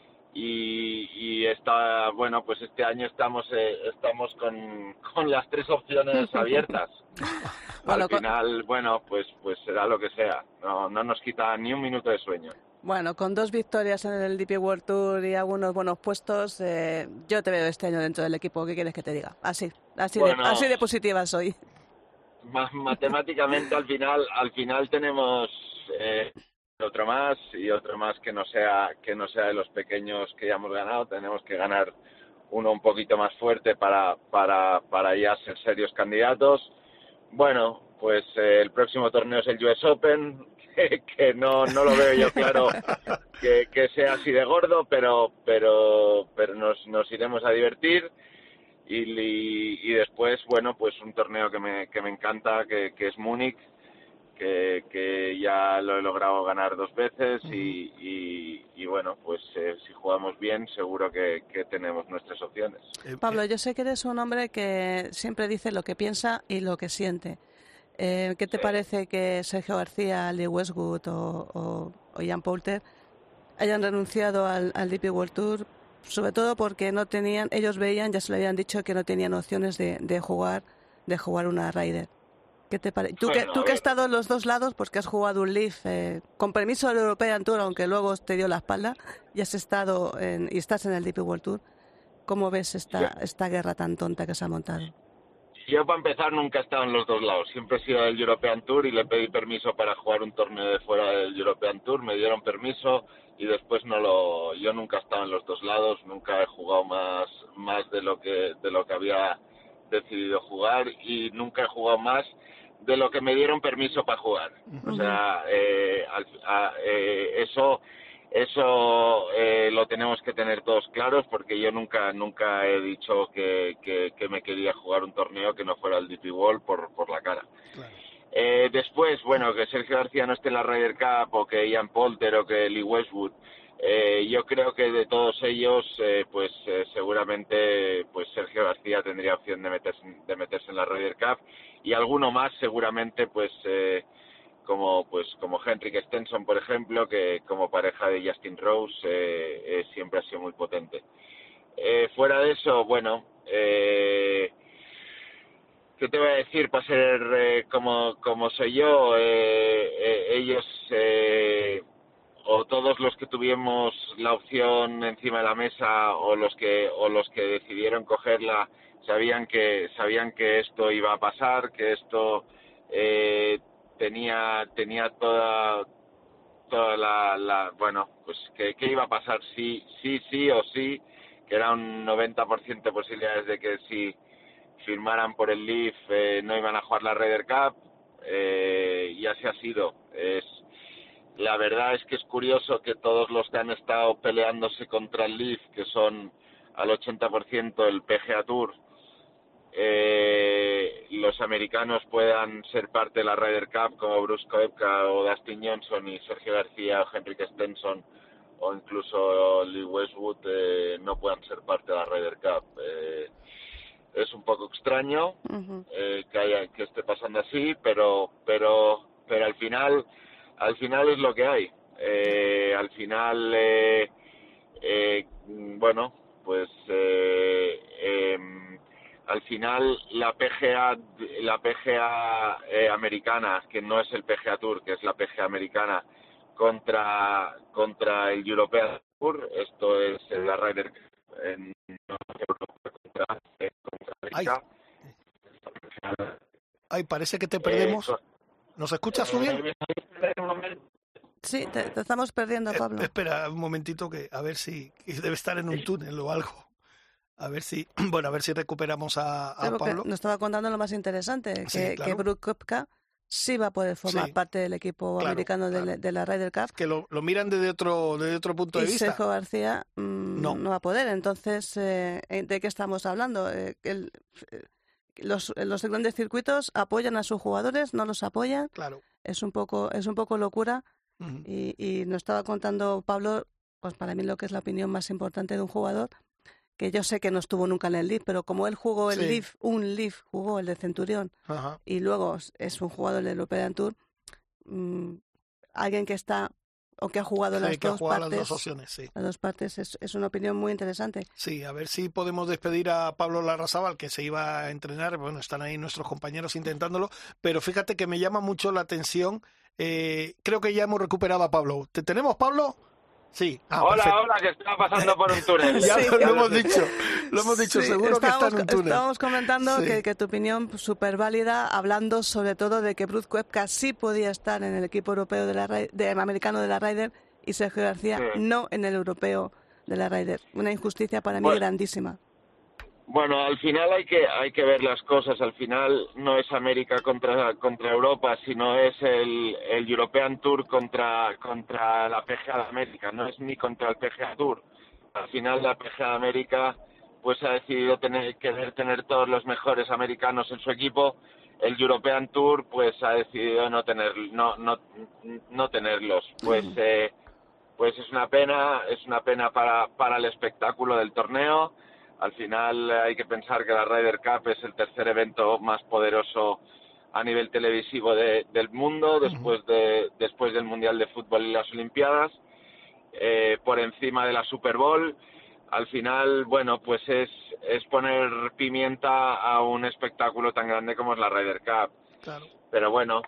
y está, bueno, pues este año estamos con las 3 opciones abiertas. Bueno, al final, bueno, pues será lo que sea. No nos quita ni un minuto de sueño. Bueno, con 2 victorias en el DP World Tour y algunos buenos puestos, yo te veo este año dentro del equipo. ¿Qué quieres que te diga? Así de positiva soy. Matemáticamente al final tenemos otro más que no sea de los pequeños que ya hemos ganado. Tenemos que ganar uno un poquito más fuerte para ya ser serios candidatos. Bueno, pues el próximo torneo es el US Open, que no lo veo yo claro que sea así de gordo, pero nos iremos a divertir. Y después, bueno, pues un torneo que me encanta, que es Múnich, que ya lo he logrado ganar 2 veces, y bueno, pues si jugamos bien seguro que tenemos nuestras opciones. Pablo, yo sé que eres un hombre que siempre dice lo que piensa y lo que siente. ¿Qué te parece que Sergio García, Lee Westwood o Ian Poulter hayan renunciado al DP World Tour? Sobre todo porque no tenían, ellos veían, ya se lo habían dicho, que no tenían opciones de jugar una Ryder. ¿Qué te parece? Tú que has estado en los 2 lados, pues que has jugado un Leaf con permiso del European Tour, aunque luego te dio la espalda, y has estado y estás en el DP World Tour. ¿Cómo ves esta guerra tan tonta que se ha montado? Yo, para empezar, nunca he estado en los 2 lados. Siempre he sido del European Tour y le pedí permiso para jugar un torneo de fuera del European Tour. Me dieron permiso y después yo nunca he estado en los 2 lados. Nunca he jugado más de lo que había decidido jugar, y nunca he jugado más de lo que me dieron permiso para jugar. O sea, eso lo tenemos que tener todos claros, porque yo nunca he dicho que me quería jugar un torneo que no fuera el DP World por la cara. Claro. Después, bueno, que Sergio García no esté en la Ryder Cup, o que Ian Poulter o que Lee Westwood, yo creo que de todos ellos, seguramente pues Sergio García tendría opción de meterse en la Ryder Cup, y alguno más seguramente como Henrik Stenson, por ejemplo, que como pareja de Justin Rose siempre ha sido muy potente. Fuera de eso, bueno, ¿qué te voy a decir? Para ser como soy yo, ellos o todos los que tuvimos la opción encima de la mesa, o los que decidieron cogerla, sabían que esto iba a pasar, que esto tenía toda la bueno, pues que iba a pasar sí o sí, que era un 90% de posibilidades de que si firmaran por el Leaf no iban a jugar la Ryder Cup, y así ha sido. La verdad es que es curioso que todos los que han estado peleándose contra el Leaf, que son al 80% el PGA Tour, los americanos puedan ser parte de la Ryder Cup, como Bruce Koepka o Dustin Johnson, y Sergio García o Henrik Stenson o incluso Lee Westwood no puedan ser parte de la Ryder Cup. Es un poco extraño que esté pasando así, pero al final es lo que hay. Al final, bueno, pues al final la PGA americana, que no es el PGA Tour, que es la PGA americana, contra el European Tour. Esto es la Ryder Cup en Europa contra América. Ay, parece que te perdemos. ¿Nos escuchas bien? Sí, te estamos perdiendo, Pablo. Espera un momentito, que a ver si debe estar en un túnel o algo. A ver si recuperamos a Pablo. Nos estaba contando lo más interesante, Sí, claro. que Brooke Koepka sí va a poder formar parte del equipo americano de la Ryder Cup. Que lo miran desde otro punto de vista. Y Sergio García no va a poder. Entonces, ¿de qué estamos hablando? Los grandes circuitos apoyan a sus jugadores, no los apoyan. Claro. Es un poco locura. Uh-huh. Y nos estaba contando Pablo, pues para mí lo que es la opinión más importante de un jugador, que yo sé que no estuvo nunca en el Leaf, pero como él jugó el Leaf, jugó el de Centurión, uh-huh, y luego es un jugador del European Tour, alguien que está o que ha jugado las dos opciones, sí. Las dos partes es una opinión muy interesante. Sí, a ver si podemos despedir a Pablo Larrazábal, que se iba a entrenar. Bueno, están ahí nuestros compañeros intentándolo, pero fíjate que me llama mucho la atención. Creo que ya hemos recuperado a Pablo. ¿Te tenemos, Pablo? Sí. Hola, que estaba pasando por un túnel. Ya lo hemos dicho, sí, seguro que está en un túnel. Estábamos comentando que tu opinión súper válida, hablando sobre todo de que Brooke Koepka sí podía estar en el equipo europeo americano de la Ryder y Sergio García no en el europeo de la Ryder. Una injusticia para mí grandísima. Bueno, al final hay que ver las cosas. Al final no es América contra Europa, sino es el European Tour contra la PGA de América. No es ni contra el PGA Tour. Al final la PGA de América pues ha decidido querer tener todos los mejores americanos en su equipo. El European Tour pues ha decidido no tenerlos. Pues es una pena para el espectáculo del torneo. Al final hay que pensar que la Ryder Cup es el tercer evento más poderoso a nivel televisivo del mundo, después del Mundial de Fútbol y las Olimpiadas, por encima de la Super Bowl. Al final, bueno, pues es poner pimienta a un espectáculo tan grande como es la Ryder Cup. Claro. Pero bueno,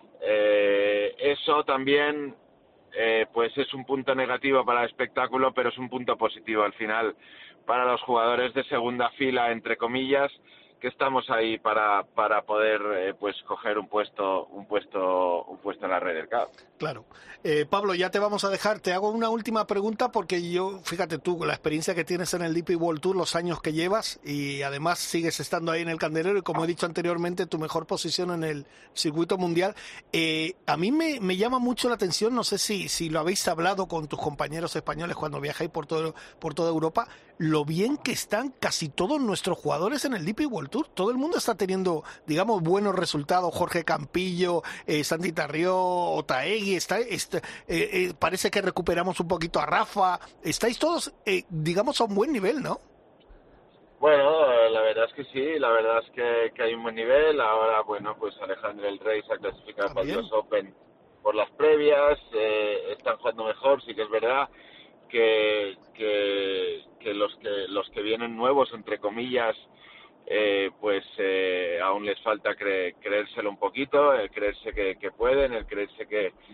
eso también pues es un punto negativo para el espectáculo, pero es un punto positivo al final para los jugadores de segunda fila, entre comillas, que estamos ahí para poder pues coger un puesto en la Ryder Cup. Claro. Pablo, ya te vamos a dejar. Te hago una última pregunta porque yo, fíjate tú, con la experiencia que tienes en el DP World Tour, los años que llevas y además sigues estando ahí en el candelero y como he dicho anteriormente, tu mejor posición en el circuito mundial. A mí me llama mucho la atención, no sé si lo habéis hablado con tus compañeros españoles cuando viajáis por toda Europa, lo bien que están casi todos nuestros jugadores en el DP World Tour. Todo el mundo está teniendo, digamos, buenos resultados. Jorge Campillo, Santi Tarrió, Otaegui, parece que recuperamos un poquito a Rafa. Estáis todos, digamos, a un buen nivel, ¿no? Bueno, la verdad es que sí, la verdad es que hay un buen nivel. Ahora, bueno, pues Alejandro El Rey se ha clasificado para el US Open por las previas, están jugando mejor, sí que es verdad que los que vienen nuevos, entre comillas, pues aún les falta creérselo un poquito, el creerse que pueden, el creerse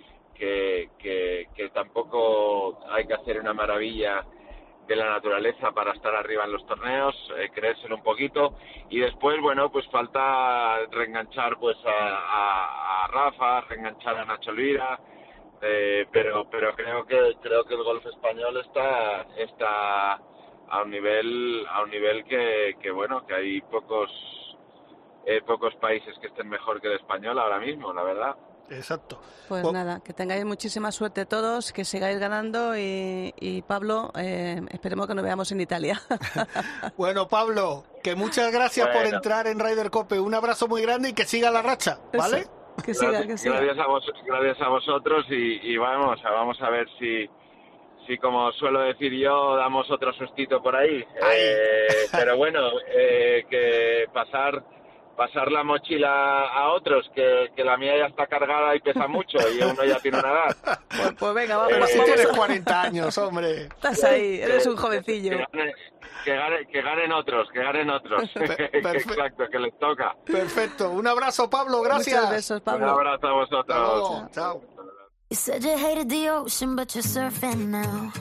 que tampoco hay que hacer una maravilla de la naturaleza para estar arriba en los torneos, creérselo un poquito, y después, bueno, pues falta reenganchar pues a Rafa, reenganchar a Nacho Lira, pero creo que el golf español está a un nivel que bueno, que hay pocos países que estén mejor que el español ahora mismo, la verdad. Exacto. Pues nada, que tengáis muchísima suerte todos, que sigáis ganando y Pablo, esperemos que nos veamos en Italia. Bueno, Pablo, que muchas gracias por entrar en Ryder Cup. Un abrazo muy grande y que siga la racha, ¿vale? Eso, que siga. Gracias a vosotros y vamos a ver si como suelo decir yo, damos otro sustito por ahí. Pero bueno, que pasar la mochila a otros, que la mía ya está cargada y pesa mucho y uno ya tiene una edad. Pues venga, vamos. Si tienes 40 años, hombre. Estás ahí, eres un jovencillo. Que ganen otros. Exacto, que les toca. Perfecto. Un abrazo, Pablo, gracias. Muchos besos, Pablo. Un abrazo a vosotros. Chao. You said you hated the ocean, but you're surfing now.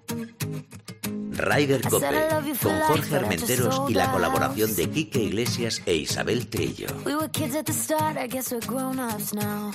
Ryder Cope, con Jorge Armenteros y la colaboración de Quique Iglesias e Isabel Trillo. We were kids at the start, I guess we're grown-ups now.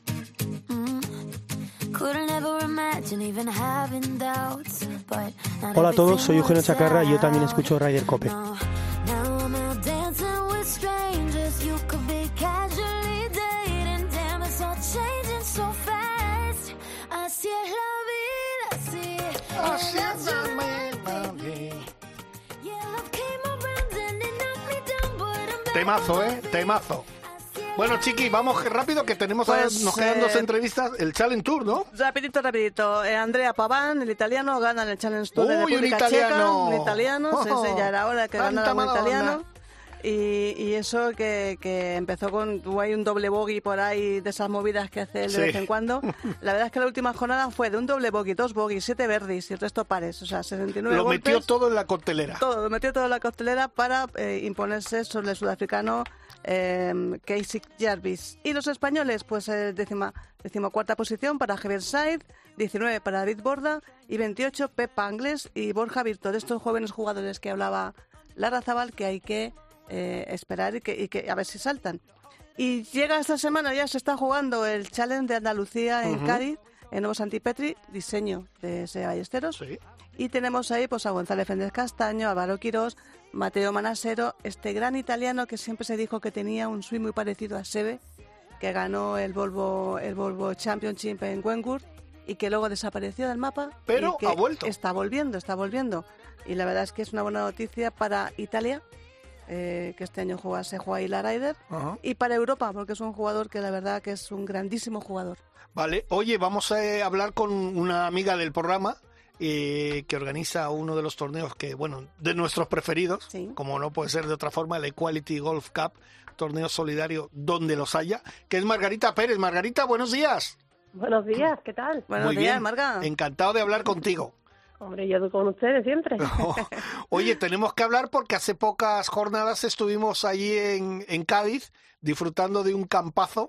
Couldn't ever imagine even having doubts, but Hola a todos, soy Eugenio Chacarra y yo también escucho Ryder Cope. Now I'm out dancing with strangers. You could be casually dating. Damn, it's all changing so fast. Así es la vida, así es la vida. Yeah, love came around and it knocked me down, but I'm back. Temazo, temazo. Bueno, Chiqui, vamos rápido que tenemos nos quedan 2 entrevistas. El Challenge Tour, ¿no? Rapidito. Andrea Paván, el italiano, gana el Challenge Tour de ¡Uy, República un italiano! Checa. Un italiano, sí, ya era hora que ganara un Madonna. italiano. Y eso que empezó con hay un doble bogey por ahí, de esas movidas que hace él de vez en cuando. La verdad es que la última jornada fue de un doble bogey, 2 bogeys, 7 birdies y el resto pares. O sea, 69 Lo golpes. metió todo en la coctelera. Lo metió todo en la costelera para imponerse sobre el sudafricano Casey Jarvis. Y los españoles, pues 14ª posición para Javier Said, 19 para David Borda y 28 Pep Angles y Borja Virto, de estos jóvenes jugadores que hablaba Lara Zabal, que hay que esperar y que a ver si saltan. Y llega esta semana, ya se está jugando el Challenge de Andalucía en Cádiz, en Nuevo Santipetri, diseño de Seba Ballesteros. Sí. Y tenemos ahí pues a González Féndez Castaño, a Álvaro Quirós, Mateo Manasero, este gran italiano que siempre se dijo que tenía un swing muy parecido a Seve, que ganó el Volvo Championship en Wentworth y que luego desapareció del mapa. Pero y que ha vuelto. Está volviendo. Y la verdad es que es una buena noticia para Italia, que este año se juega ahí la Ryder, y para Europa, porque es un jugador que la verdad que es un grandísimo jugador. Vale, oye, vamos a hablar con una amiga del programa que organiza uno de los torneos que, bueno, de nuestros preferidos, Sí. como no puede ser de otra forma, el Equality Golf Cup, torneo solidario donde los haya, que es Margarita Pérez. Margarita, buenos días. Buenos días, ¿qué tal? Buenos Muy días, bien. Marga. Encantado de hablar contigo. Hombre, yo con ustedes siempre. Oye, tenemos que hablar porque hace pocas jornadas estuvimos allí en Cádiz disfrutando de un campazo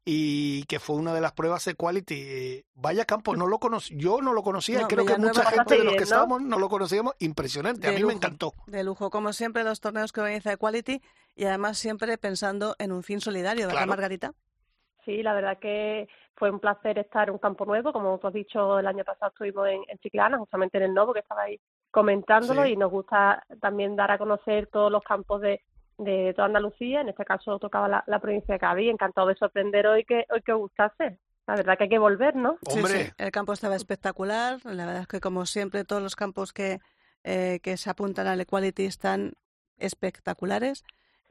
y que fue una de las pruebas Equality. Vaya campo, no lo conocí, yo no lo conocía y creo que Villanueva mucha gente de los que ¿no? estábamos no lo conocíamos. Impresionante, a De mí lujo, me encantó. De lujo, como siempre, los torneos que organiza Equality y además siempre pensando en un fin solidario, ¿verdad, Claro. Margarita? Sí, la verdad que fue un placer estar en un campo nuevo. Como tú has dicho, el año pasado estuvimos en Chiclana, justamente en el Novo, que estaba ahí comentándolo, Sí. y nos gusta también dar a conocer todos los campos de toda Andalucía. En este caso tocaba la provincia de Cádiz. Encantado de sorprender hoy que os gustase. La verdad que hay que volver, ¿no? Hombre. Sí, el campo estaba espectacular. La verdad es que, como siempre, todos los campos que se apuntan al Equality están espectaculares.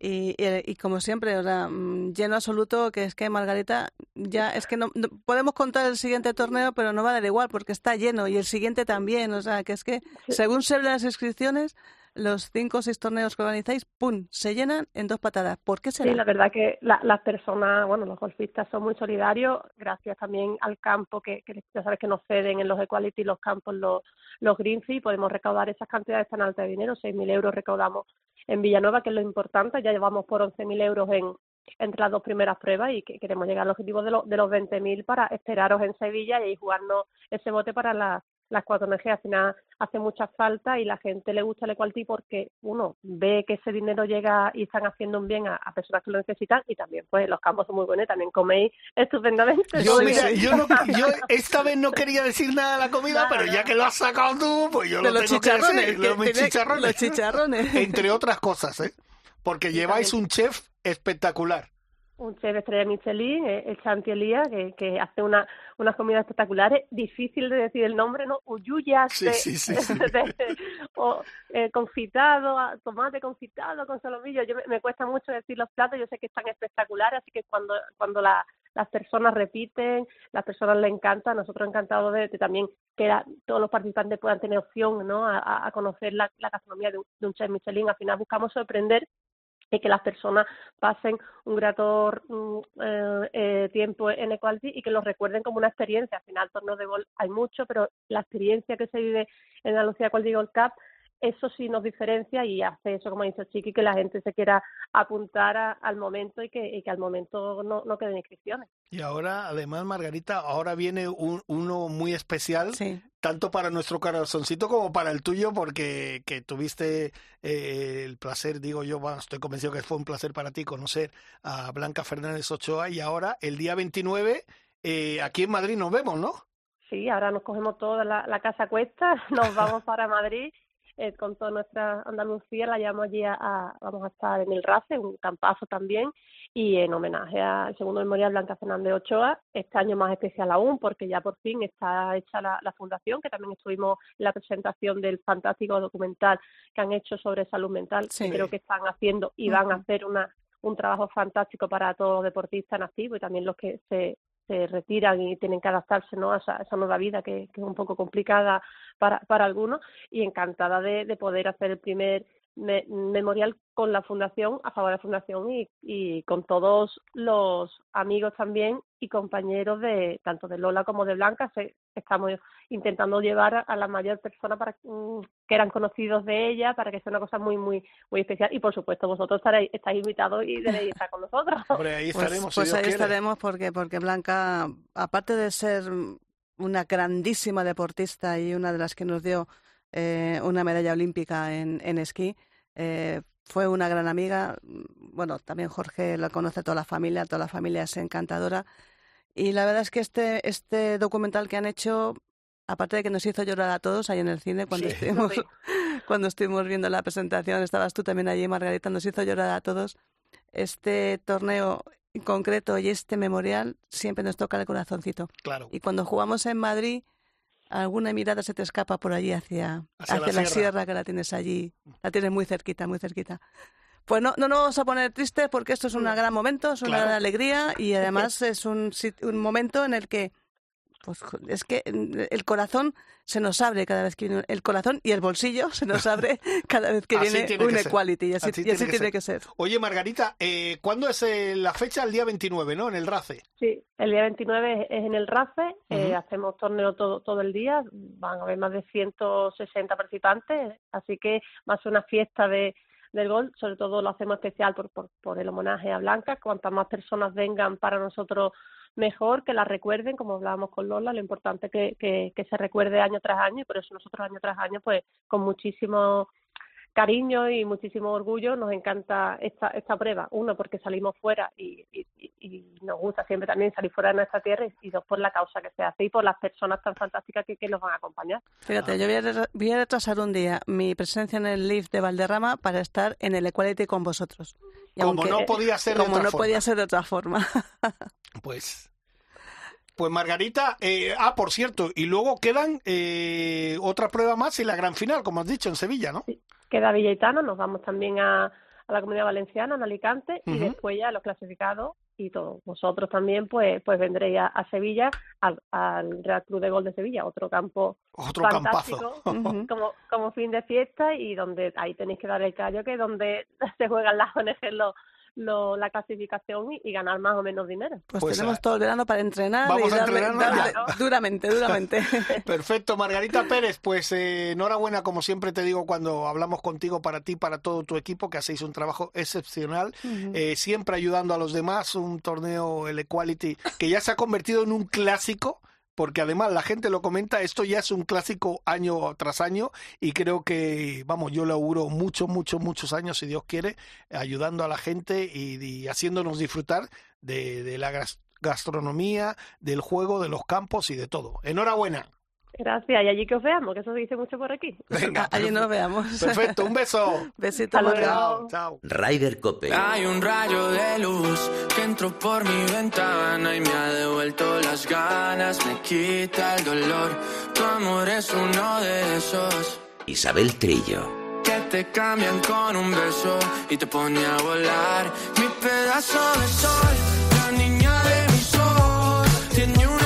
Y como siempre, o sea, lleno absoluto, que es que Margarita, ya es que no podemos contar el siguiente torneo, pero no va a dar igual porque está lleno y el siguiente también. O sea, que es que según se ven las inscripciones, los 5 o 6 torneos que organizáis, ¡pum!, se llenan en 2 patadas. ¿Por qué será? Sí, la verdad que las personas, bueno, los golfistas son muy solidarios, gracias también al campo que ya sabes que nos ceden en los Equality los campos, los green fee, podemos recaudar esas cantidades tan altas de dinero, 6.000 euros recaudamos en Villanueva, que es lo importante. Ya llevamos por 11.000 euros entre las 2 primeras pruebas y que queremos llegar al objetivo de los 20.000 para esperaros en Sevilla y ahí jugarnos ese bote para las 4NG. Al final hace mucha falta y la gente le gusta el Equality porque uno ve que ese dinero llega y están haciendo un bien a personas que lo necesitan, y también pues los campos son muy buenos y también coméis estupendamente. Yo, Sí, mira, sí. yo esta vez no quería decir nada de la comida, pero ya que lo has sacado tú, pues yo De lo los tengo que chicharrones, decir. que Los tiene- chicharrones. los chicharrones. Entre otras cosas, ¿eh? Porque lleváis un chef espectacular. Un chef estrella Michelin, el Chanti Elías, que hace unas comidas espectaculares. Difícil de decir el nombre, ¿no? Uyuyas Sí, sí. confitado, tomate confitado con solomillo. Me cuesta mucho decir los platos, yo sé que están espectaculares, así que cuando las personas repiten, las personas les encanta. Nosotros encantados de también que todos los participantes puedan tener opción, ¿no?, a conocer la gastronomía de un chef Michelin. Al final buscamos sorprender y que las personas pasen un grato tiempo en Equality y que los recuerden como una experiencia. Al final, torneos de golf hay mucho, pero la experiencia que se vive en la Andalucía Equality Golf Cup eso sí nos diferencia y hace eso, como ha dicho Chiqui, que la gente se quiera apuntar al momento y que al momento no queden inscripciones. Y ahora, además, Margarita, ahora viene uno muy especial, tanto para nuestro corazoncito como para el tuyo, porque que tuviste el placer, digo yo, bueno, estoy convencido que fue un placer para ti conocer a Blanca Fernández Ochoa, y ahora, el día 29, aquí en Madrid nos vemos, ¿no? Sí, ahora nos cogemos toda la casa a cuesta, nos vamos para Madrid con toda nuestra Andalucía, la llevamos allí vamos a estar en el RACE, un campazo también, y en homenaje al segundo memorial Blanca Fernández Ochoa, este año más especial aún, porque ya por fin está hecha la fundación, que también estuvimos en la presentación del fantástico documental que han hecho sobre salud mental, que creo que están haciendo y van a hacer un trabajo fantástico para todos los deportistas en activo y también los que se retiran y tienen que adaptarse, ¿no?, a esa nueva vida que es un poco complicada para algunos, y encantada de poder hacer el primer memorial con la fundación, a favor de la fundación y con todos los amigos también y compañeros de tanto de Lola como de Blanca. Estamos intentando llevar a la mayor persona para que eran conocidos de ella, para que sea una cosa muy muy muy especial, y por supuesto vosotros estáis invitados y debéis estar con nosotros. Hombre, ahí estaremos, pues ahí estaremos porque Blanca, aparte de ser una grandísima deportista y una de las que nos dio una medalla olímpica en esquí, fue una gran amiga. Bueno, también Jorge la conoce toda la familia es encantadora, y la verdad es que este documental que han hecho, aparte de que nos hizo llorar a todos ahí en el cine cuando estuvimos viendo la presentación, estabas tú también allí, Margarita, nos hizo llorar a todos. Este torneo en concreto y este memorial siempre nos toca el corazoncito. Claro. Y cuando jugamos en Madrid, alguna mirada se te escapa por allí hacia la sierra, que la tienes allí, la tienes muy cerquita, muy cerquita. Pues no nos vamos a poner tristes, porque esto es un gran momento, es una gran alegría, y además es un momento en el que pues es que el corazón se nos abre cada vez que viene, el corazón y el bolsillo se nos abre cada vez que viene un Equality, y así tiene que ser. Oye, Margarita, ¿cuándo es la fecha? El día 29, ¿no? En el RACE. Sí, el día 29 es en el RACE, hacemos torneo todo el día, van a haber más de 160 participantes, así que va a ser una fiesta del golf. Sobre todo lo hacemos especial por el homenaje a Blanca. Cuantas más personas vengan, para nosotros mejor, que la recuerden, como hablábamos con Lola, lo importante que se recuerde año tras año, y por eso nosotros año tras año, pues con muchísimo cariño y muchísimo orgullo nos encanta esta prueba. Uno, porque salimos fuera y nos gusta siempre también salir fuera de nuestra tierra, y dos, por la causa que se hace y por las personas tan fantásticas que nos van a acompañar. Fíjate, yo voy a retrasar un día mi presencia en el Live de Valderrama para estar en el Equality con vosotros. Y como no podía ser de otra forma. Pues Margarita, por cierto, y luego quedan otra prueba más y la gran final, como has dicho, en Sevilla, ¿no? Sí, queda Villaitano, nos vamos también a la Comunidad Valenciana, en Alicante, y después ya los clasificados y todos vosotros también pues vendréis a Sevilla, al Real Club de Golf de Sevilla, otro fantástico, como fin de fiesta, y donde ahí tenéis que dar el callo, que es donde se juegan las ONG la clasificación y ganar más o menos dinero. Pues tenemos todo el verano para entrenar. Vamos y a darle duramente. Perfecto, Margarita Pérez, pues enhorabuena, como siempre te digo cuando hablamos contigo, para ti, para todo tu equipo, que hacéis un trabajo excepcional, siempre ayudando a los demás, un torneo, el Equality, que ya se ha convertido en un clásico, porque además la gente lo comenta, esto ya es un clásico año tras año, y creo que, yo le auguro muchos años, si Dios quiere, ayudando a la gente y haciéndonos disfrutar de la gastronomía, del juego, de los campos y de todo. Enhorabuena. Gracias, y allí que os veamos, que eso se dice mucho por aquí. Venga, allí nos veamos. Perfecto, un beso. Besito, chao. Ryder Cope. Hay un rayo de luz que entró por mi ventana y me ha devuelto las ganas, me quita el dolor. Tu amor es uno de esos. Isabel Trillo. Que te cambian con un beso y te pone a volar. Mi pedazo de sol, la niña de mis ojos, tiene una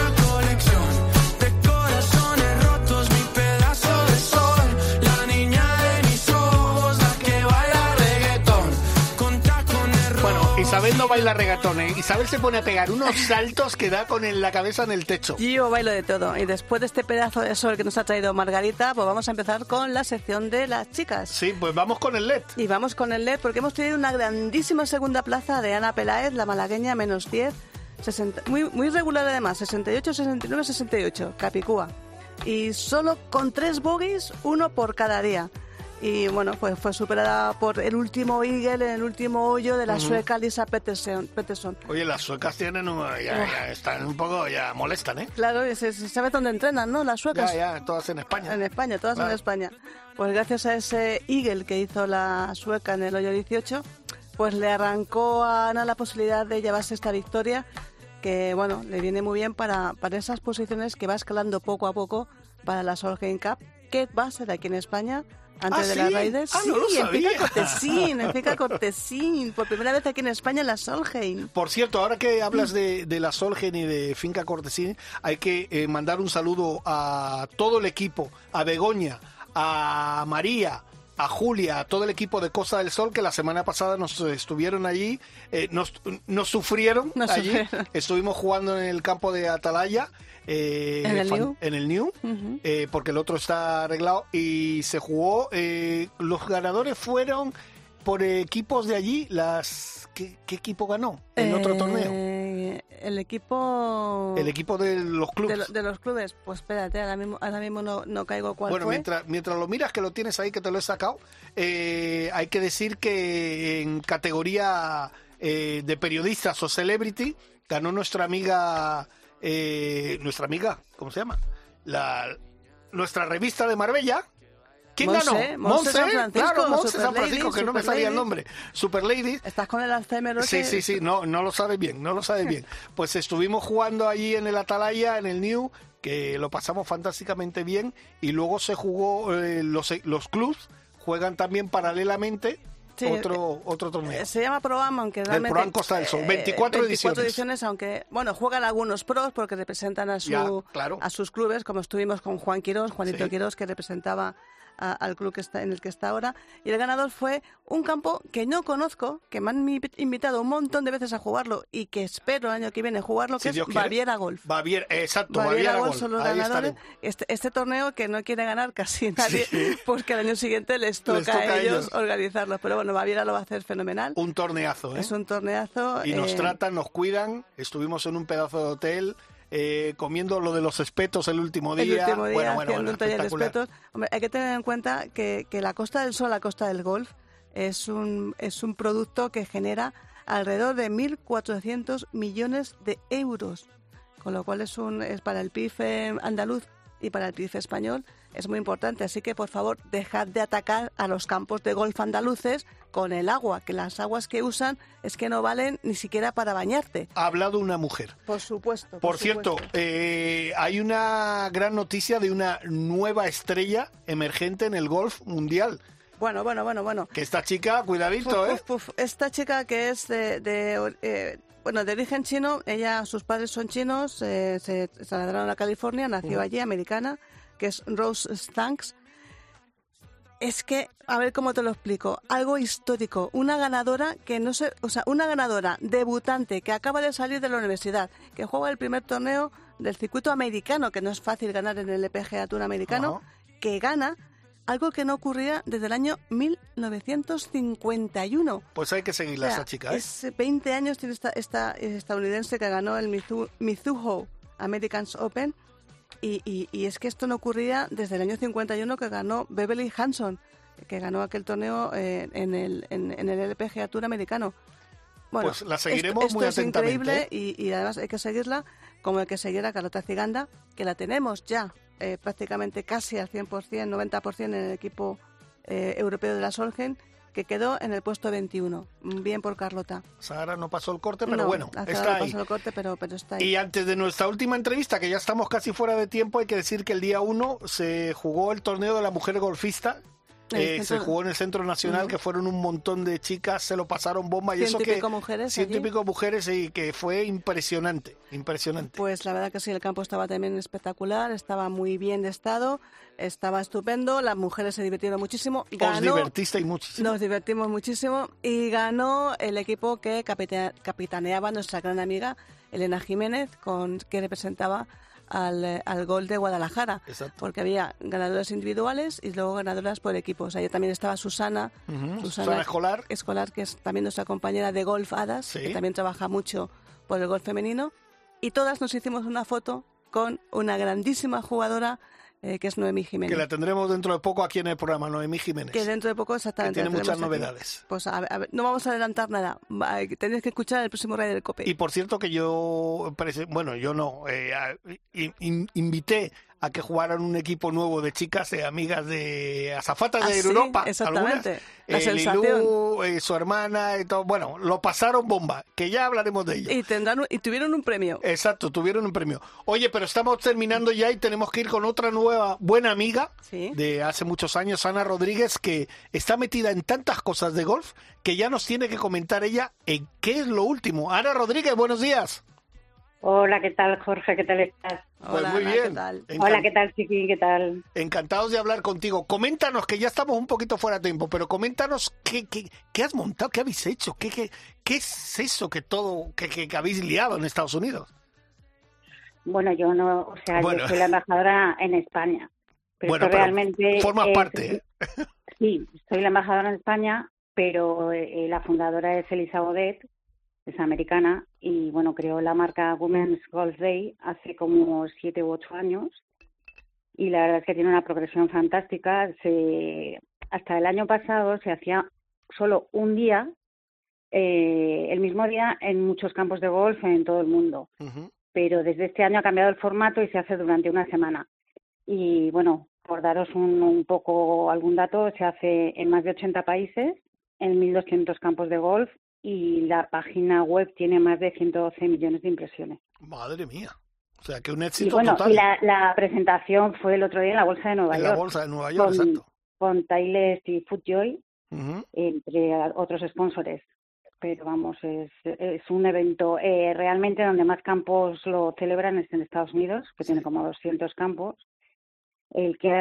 Isabel no baila reggaetón, ¿eh? Isabel se pone a pegar unos saltos que da con la cabeza en el techo. Yo bailo de todo. Y después de este pedazo de sol que nos ha traído Margarita, pues vamos a empezar con la sección de las chicas. Sí, pues vamos con el LED. Y vamos con el LED porque hemos tenido una grandísima segunda plaza de Ana Peláez, la malagueña, menos 10. 60, muy regular además, 68, 69, 68, Capicúa. Y solo con 3 bogies, uno por cada día. Y bueno, pues fue superada por el último eagle en el último hoyo de la sueca Lisa Pettersson. Oye, las suecas tienen ya están un poco, ya molestan, ¿eh? Claro, se sabe dónde entrenan, ¿no? Las suecas. Ya, todas en España. En España, todas en España. Pues gracias a ese eagle que hizo la sueca en el hoyo 18, pues le arrancó a Ana la posibilidad de llevarse esta victoria, que bueno, le viene muy bien para esas posiciones que va escalando poco a poco para la Solheim Cup, que va a ser aquí en España. Antes de la Raiders, sí, no lo sabía. en Finca Cortesín, por primera vez aquí en España en la Solheim. Por cierto, ahora que hablas de la Solheim y de Finca Cortesín, hay que mandar un saludo a todo el equipo, a Begoña, a María, a Julia, a todo el equipo de Costa del Sol, que la semana pasada nos estuvieron allí, nos sufrieron allí. Estuvimos jugando en el campo de Atalaya. En el New, porque el otro está arreglado y se jugó. Los ganadores fueron por equipos de allí. ¿Qué equipo ganó en otro torneo? El equipo de los clubes. De los clubes. Pues espérate, ahora mismo no caigo cuál fue. Bueno, mientras lo miras, que lo tienes ahí, que te lo he sacado, hay que decir que en categoría de periodistas o celebrity ganó nuestra amiga, ¿cómo se llama? Nuestra revista de Marbella. ¿Quién ganó? Monse San Francisco, claro, Monse San Super Francisco, Lady, que no me Super salía el Lady. nombre. Super Lady. ¿Estás con el Alzheimer? Sí, no lo sabes bien, Pues estuvimos jugando allí en el Atalaya, en el New, que lo pasamos fantásticamente bien, y luego se jugó, los clubs juegan también paralelamente. Sí, otro torneo. Se llama Pro-Am, aunque realmente... El Pro-Am Costa del Sol, 24 ediciones, aunque, bueno, juegan algunos pros porque representan a sus clubes, como estuvimos con Juan Quirós, Juanito Quirós, que representaba al club en el que está ahora. Y el ganador fue un campo que no conozco, que me han invitado un montón de veces a jugarlo y que espero el año que viene jugarlo, que es Baviera Golf. Baviera Golf son los ganadores. Este torneo que no quiere ganar casi nadie, porque el año siguiente les toca a ellos organizarlo. Pero bueno, Baviera lo va a hacer fenomenal. Un torneazo, ¿eh? Es un torneazo. Y nos tratan, nos cuidan. Estuvimos en un pedazo de hotel, comiendo lo de los espetos el último día. Bueno, un taller de espetos. Hombre, hay que tener en cuenta que la Costa del Sol, la Costa del Golf, es un producto que genera alrededor de 1.400 millones de euros, con lo cual es para el PIB andaluz y para el PIB español es muy importante. Así que, por favor, dejad de atacar a los campos de golf andaluces con el agua, que las aguas que usan es que no valen ni siquiera para bañarte. Ha hablado una mujer. Por supuesto. Por cierto, hay una gran noticia de una nueva estrella emergente en el golf mundial. Bueno. Que esta chica, cuidadito, Esta chica que es de origen chino, sus padres son chinos, se trasladaron a California, nació allí, americana, que es Rose Stanks. Es que, a ver cómo te lo explico, algo histórico, una ganadora una ganadora debutante que acaba de salir de la universidad, que juega el primer torneo del circuito americano, que no es fácil ganar en el LPGA Tour americano, que gana algo que no ocurría desde el año 1951. Pues hay que seguirla, esa chica, ¿eh? Es 20 años tiene esta estadounidense que ganó el Mizuho Americans Open. Y es que esto no ocurría desde el año 51, que ganó Beverly Hanson, que ganó aquel torneo en el LPGA Tour americano. Bueno, pues la seguiremos esto muy es atentamente. Increíble y además hay que seguirla como hay que seguir a Carlota Ciganda, que la tenemos ya prácticamente casi al 100%, 90% en el equipo europeo de la Solheim, que quedó en el puesto 21. Bien por Carlota. Sara no pasó el corte, pero bueno, está ahí. No pasó el corte, pero está ahí. Y antes de nuestra última entrevista, que ya estamos casi fuera de tiempo, hay que decir que el día 1 se jugó el torneo de la mujer golfista, Se jugó en el Centro Nacional, que fueron un montón de chicas, se lo pasaron bomba. Y eso que 100 y pico mujeres 100 y allí. pico mujeres, y que fue impresionante. Pues la verdad que sí, el campo estaba también espectacular, estaba muy bien de estado, estaba estupendo, las mujeres se divirtieron muchísimo. Os divertisteis muchísimo. Nos divertimos muchísimo y ganó el equipo que capitaneaba nuestra gran amiga Elena Jiménez, que representaba al Golf de Guadalajara. Exacto. Porque había ganadoras individuales y luego ganadoras por equipos. Ahí también estaba Susana Escolar, que es también nuestra compañera de Golf Hadas, Sí. que también trabaja mucho por el golf femenino. Y todas nos hicimos una foto con una grandísima jugadora que es Noemí Jiménez. Que la tendremos dentro de poco aquí en el programa, Noemí Jiménez. Que dentro de poco exactamente. Que tiene la muchas tenemos aquí. novedades. Pues a ver, no vamos a adelantar nada. Tenéis que escuchar el próximo Rey del Cope. Y por cierto que yo invité a que jugaran un equipo nuevo de chicas, amigas de azafatas de sí, Europa. exactamente. Algunas. La sensación. Lilú, su hermana y todo. Bueno, lo pasaron bomba, que ya hablaremos de ello. Y tuvieron un premio. Exacto, tuvieron un premio. Oye, pero estamos terminando ya y tenemos que ir con otra nueva buena amiga de hace muchos años, Ana Rodríguez, que está metida en tantas cosas de golf que ya nos tiene que comentar ella en qué es lo último. Ana Rodríguez, buenos días. Hola, ¿qué tal, Jorge? ¿Qué tal estás? Pues Hola, muy Ana, bien. ¿qué tal? Hola, ¿qué tal, Chiqui? ¿Qué tal? Encantados de hablar contigo. Coméntanos, que ya estamos un poquito fuera de tiempo, pero coméntanos qué has montado, qué habéis hecho, qué es eso que habéis liado en Estados Unidos. Bueno, yo no, yo soy la embajadora en España. Pero bueno, esto pero realmente formas parte, ¿eh? Sí, soy la embajadora en España, pero la fundadora es Elisa Godet, es americana, y bueno, creó la marca Women's Golf Day hace como 7 u 8 años, y la verdad es que tiene una progresión fantástica. Hasta el año pasado se hacía solo un día, el mismo día, en muchos campos de golf en todo el mundo. Uh-huh. Pero desde este año ha cambiado el formato y se hace durante una semana. Y bueno, por daros un poco algún dato, se hace en más de 80 países, en 1.200 campos de golf, y la página web tiene más de 112 millones de impresiones. Madre mía. O sea, que un éxito y bueno, total. Y la presentación fue el otro día en la Bolsa de Nueva York. En la Bolsa de Nueva York, exacto. Con Titleist y FootJoy, uh-huh, entre otros sponsors. Pero vamos, es un evento realmente donde más campos lo celebran es en Estados Unidos, que tiene como 200 campos. El que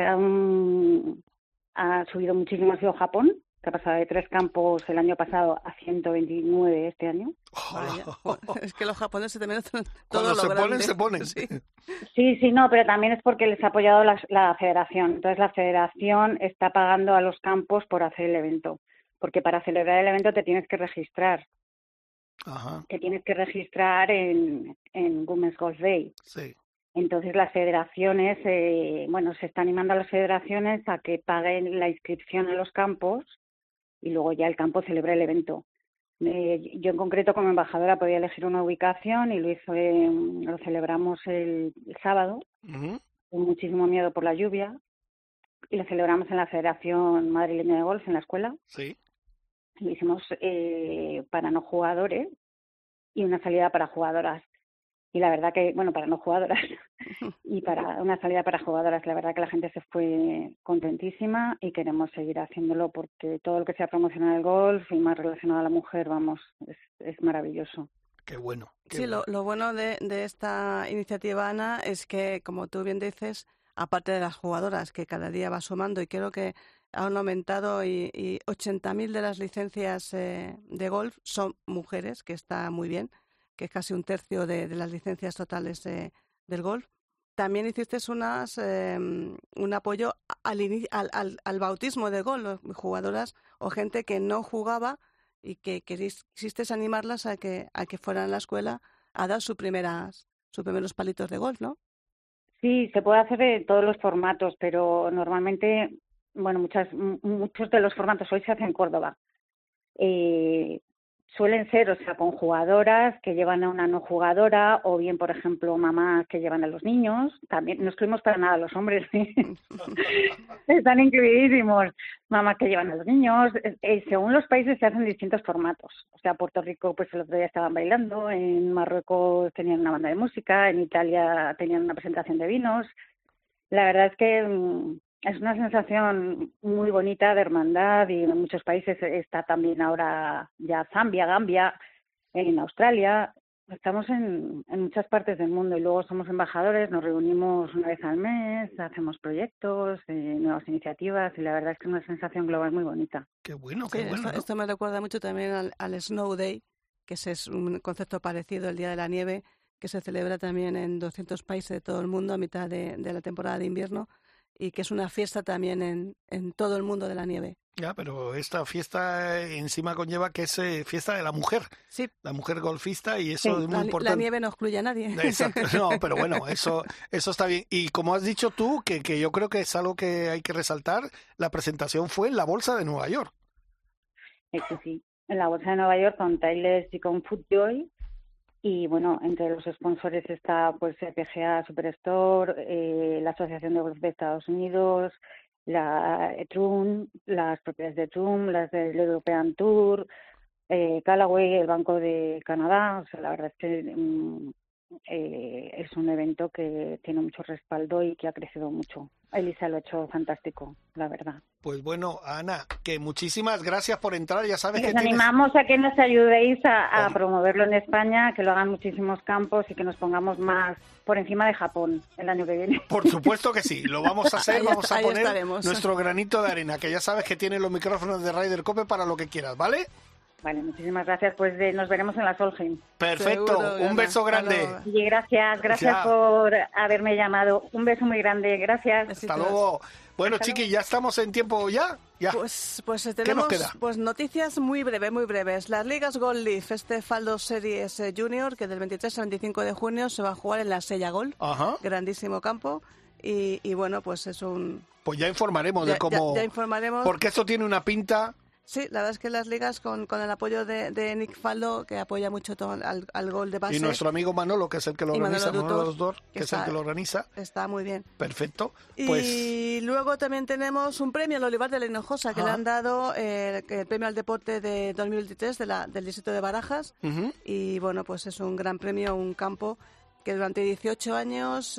ha subido muchísimo ha sido Japón, que ha pasado de 3 campos el año pasado a 129 este año. Es que los japoneses también hacen cuando todo lo grande. se ponen. Sí, no, pero también es porque les ha apoyado la federación. Entonces la federación está pagando a los campos por hacer el evento. Porque para celebrar el evento te tienes que registrar. Ajá. Te tienes que registrar en Women's Golf Day. Sí. Entonces las federaciones, se está animando a las federaciones a que paguen la inscripción a los campos y luego ya el campo celebra el evento. Yo en concreto como embajadora podía elegir una ubicación y lo celebramos el sábado, uh-huh, con muchísimo miedo por la lluvia, y lo celebramos en la Federación Madrileña de Golf, en la escuela. Sí. Lo hicimos para no jugadores y una salida para jugadoras. Y la verdad que, para no jugadoras y para una salida para jugadoras, la verdad que la gente se fue contentísima y queremos seguir haciéndolo porque todo lo que sea promocionar el golf y más relacionado a la mujer, es maravilloso. Qué bueno. Sí, lo bueno de esta iniciativa, Ana, es que, como tú bien dices, aparte de las jugadoras que cada día va sumando, y creo que han aumentado y 80.000 de las licencias de golf son mujeres, que está muy bien, que es casi un tercio de las licencias totales del golf. También hiciste un apoyo al bautismo del golf, jugadoras o gente que no jugaba y que quisiste animarlas a que fueran a la escuela a dar sus primeros palitos de golf, ¿no? Sí, se puede hacer de todos los formatos, pero normalmente, muchos de los formatos hoy se hacen en Córdoba. Suelen ser, con jugadoras que llevan a una no jugadora, o bien, por ejemplo, mamás que llevan a los niños. También no excluimos para nada a los hombres, están incluidísimos. Mamás que llevan a los niños. Según los países se hacen distintos formatos. Puerto Rico, pues el otro día estaban bailando, en Marruecos tenían una banda de música, en Italia tenían una presentación de vinos. La verdad es que Es una sensación muy bonita de hermandad y en muchos países está también ahora ya Zambia, Gambia, en Australia. Estamos en muchas partes del mundo y luego somos embajadores, nos reunimos una vez al mes, hacemos proyectos, nuevas iniciativas y la verdad es que es una sensación global muy bonita. Qué bueno, Sí, qué bueno. ¿no? esto me recuerda mucho también al Snow Day, que es un concepto parecido, el Día de la Nieve, que se celebra también en 200 países de todo el mundo a mitad de la temporada de invierno y que es una fiesta también en todo el mundo de la nieve. Ya, pero esta fiesta encima conlleva que es fiesta de la mujer. Sí. La mujer golfista y eso Sí, es muy La importante. nieve no excluye a nadie. Exacto. No, pero bueno, eso está bien. Y como has dicho tú, que yo creo que es algo que hay que resaltar, la presentación fue en la Bolsa de Nueva York. Sí, en la Bolsa de Nueva York con Timeless y con FootJoy. Y bueno, entre los sponsores está pues PGA Superstore, la Asociación de Golf de Estados Unidos, la TRUM, las propiedades de TRUM, las del European Tour, Callaway, el Banco de Canadá. O sea, la verdad es que es un evento que tiene mucho respaldo y que ha crecido mucho. Elisa lo ha hecho fantástico, la verdad. Pues bueno, Ana, que muchísimas gracias por entrar. Ya sabes Y que os tienes... animamos a que nos ayudéis a promoverlo en España, que lo hagan muchísimos campos y que nos pongamos más por encima de Japón el año que viene. Por supuesto que sí, lo vamos a hacer, vamos a ahí poner estaremos. nuestro granito de arena, que ya sabes que tiene los micrófonos de Ryder Cope para lo que quieras, ¿vale? Vale, muchísimas gracias. Pues nos veremos en la Solheim. Perfecto, Seguro, un Ana. beso grande. Hasta luego. Y gracias Ya. por haberme llamado. Un beso muy grande, gracias. Hasta luego. Bueno, chiqui, ya estamos en tiempo ya. Pues nos tenemos queda? pues noticias muy breves. Las ligas Gold Leaf, este Faldo Series Junior, que del 23 al 25 de junio se va a jugar en la Sella Golf. Ajá. Grandísimo campo. Y bueno, pues es un... Pues ya informaremos de cómo... Ya informaremos. Porque esto tiene una pinta... Sí, la verdad es que las ligas con el apoyo de Nick Faldo, que apoya mucho todo al gol de base. Y nuestro amigo Manolo, que es el que lo Y organiza, Manolo Manolo Dutor, Dor, que es el que lo organiza. Está muy bien. Perfecto. Pues Y luego también tenemos un premio al Olivar de la Hinojosa, que le han dado el premio al deporte de 2023 del distrito de Barajas. ujú, Y bueno, pues es un gran premio, un campo que durante 18 años,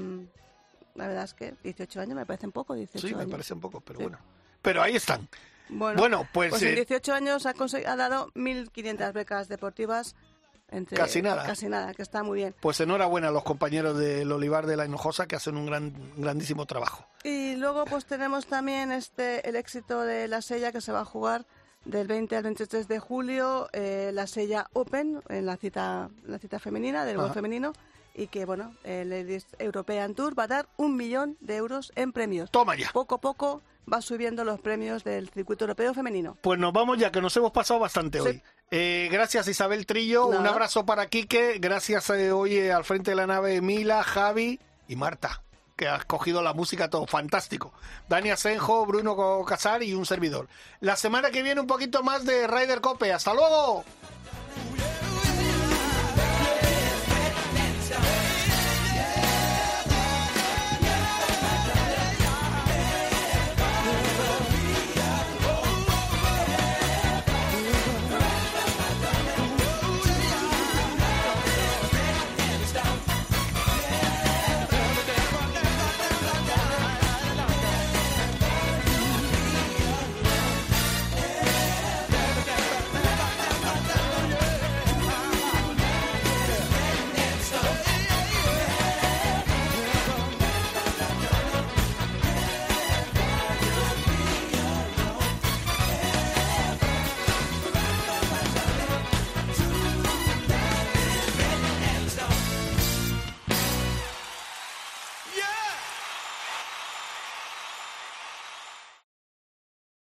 la verdad es que 18 años me parecen poco, 18 sí, me años. parece un poco, pero Sí. bueno. Pero ahí están. Bueno, pues en 18 años ha dado 1.500 becas deportivas. Casi nada. Casi nada, que está muy bien. Pues enhorabuena a los compañeros del Olivar de la Hinojosa, que hacen un grandísimo trabajo. Y luego pues tenemos también el éxito de la Sella, que se va a jugar del 20 al 23 de julio, la Sella Open, en la cita femenina, del golf femenino, y que, bueno, el Ladies European Tour va a dar 1 millón de euros en premios. Toma ya. Poco a poco va subiendo los premios del circuito europeo femenino. Pues nos vamos ya, que nos hemos pasado bastante Sí. hoy. Gracias Isabel Trillo, Nada. un abrazo para Quique, gracias hoy al frente de la nave Mila, Javi y Marta, que has cogido la música todo, fantástico. Dani Asenjo, Bruno Casar y un servidor. La semana que viene un poquito más de Ryder Cope, ¡hasta luego!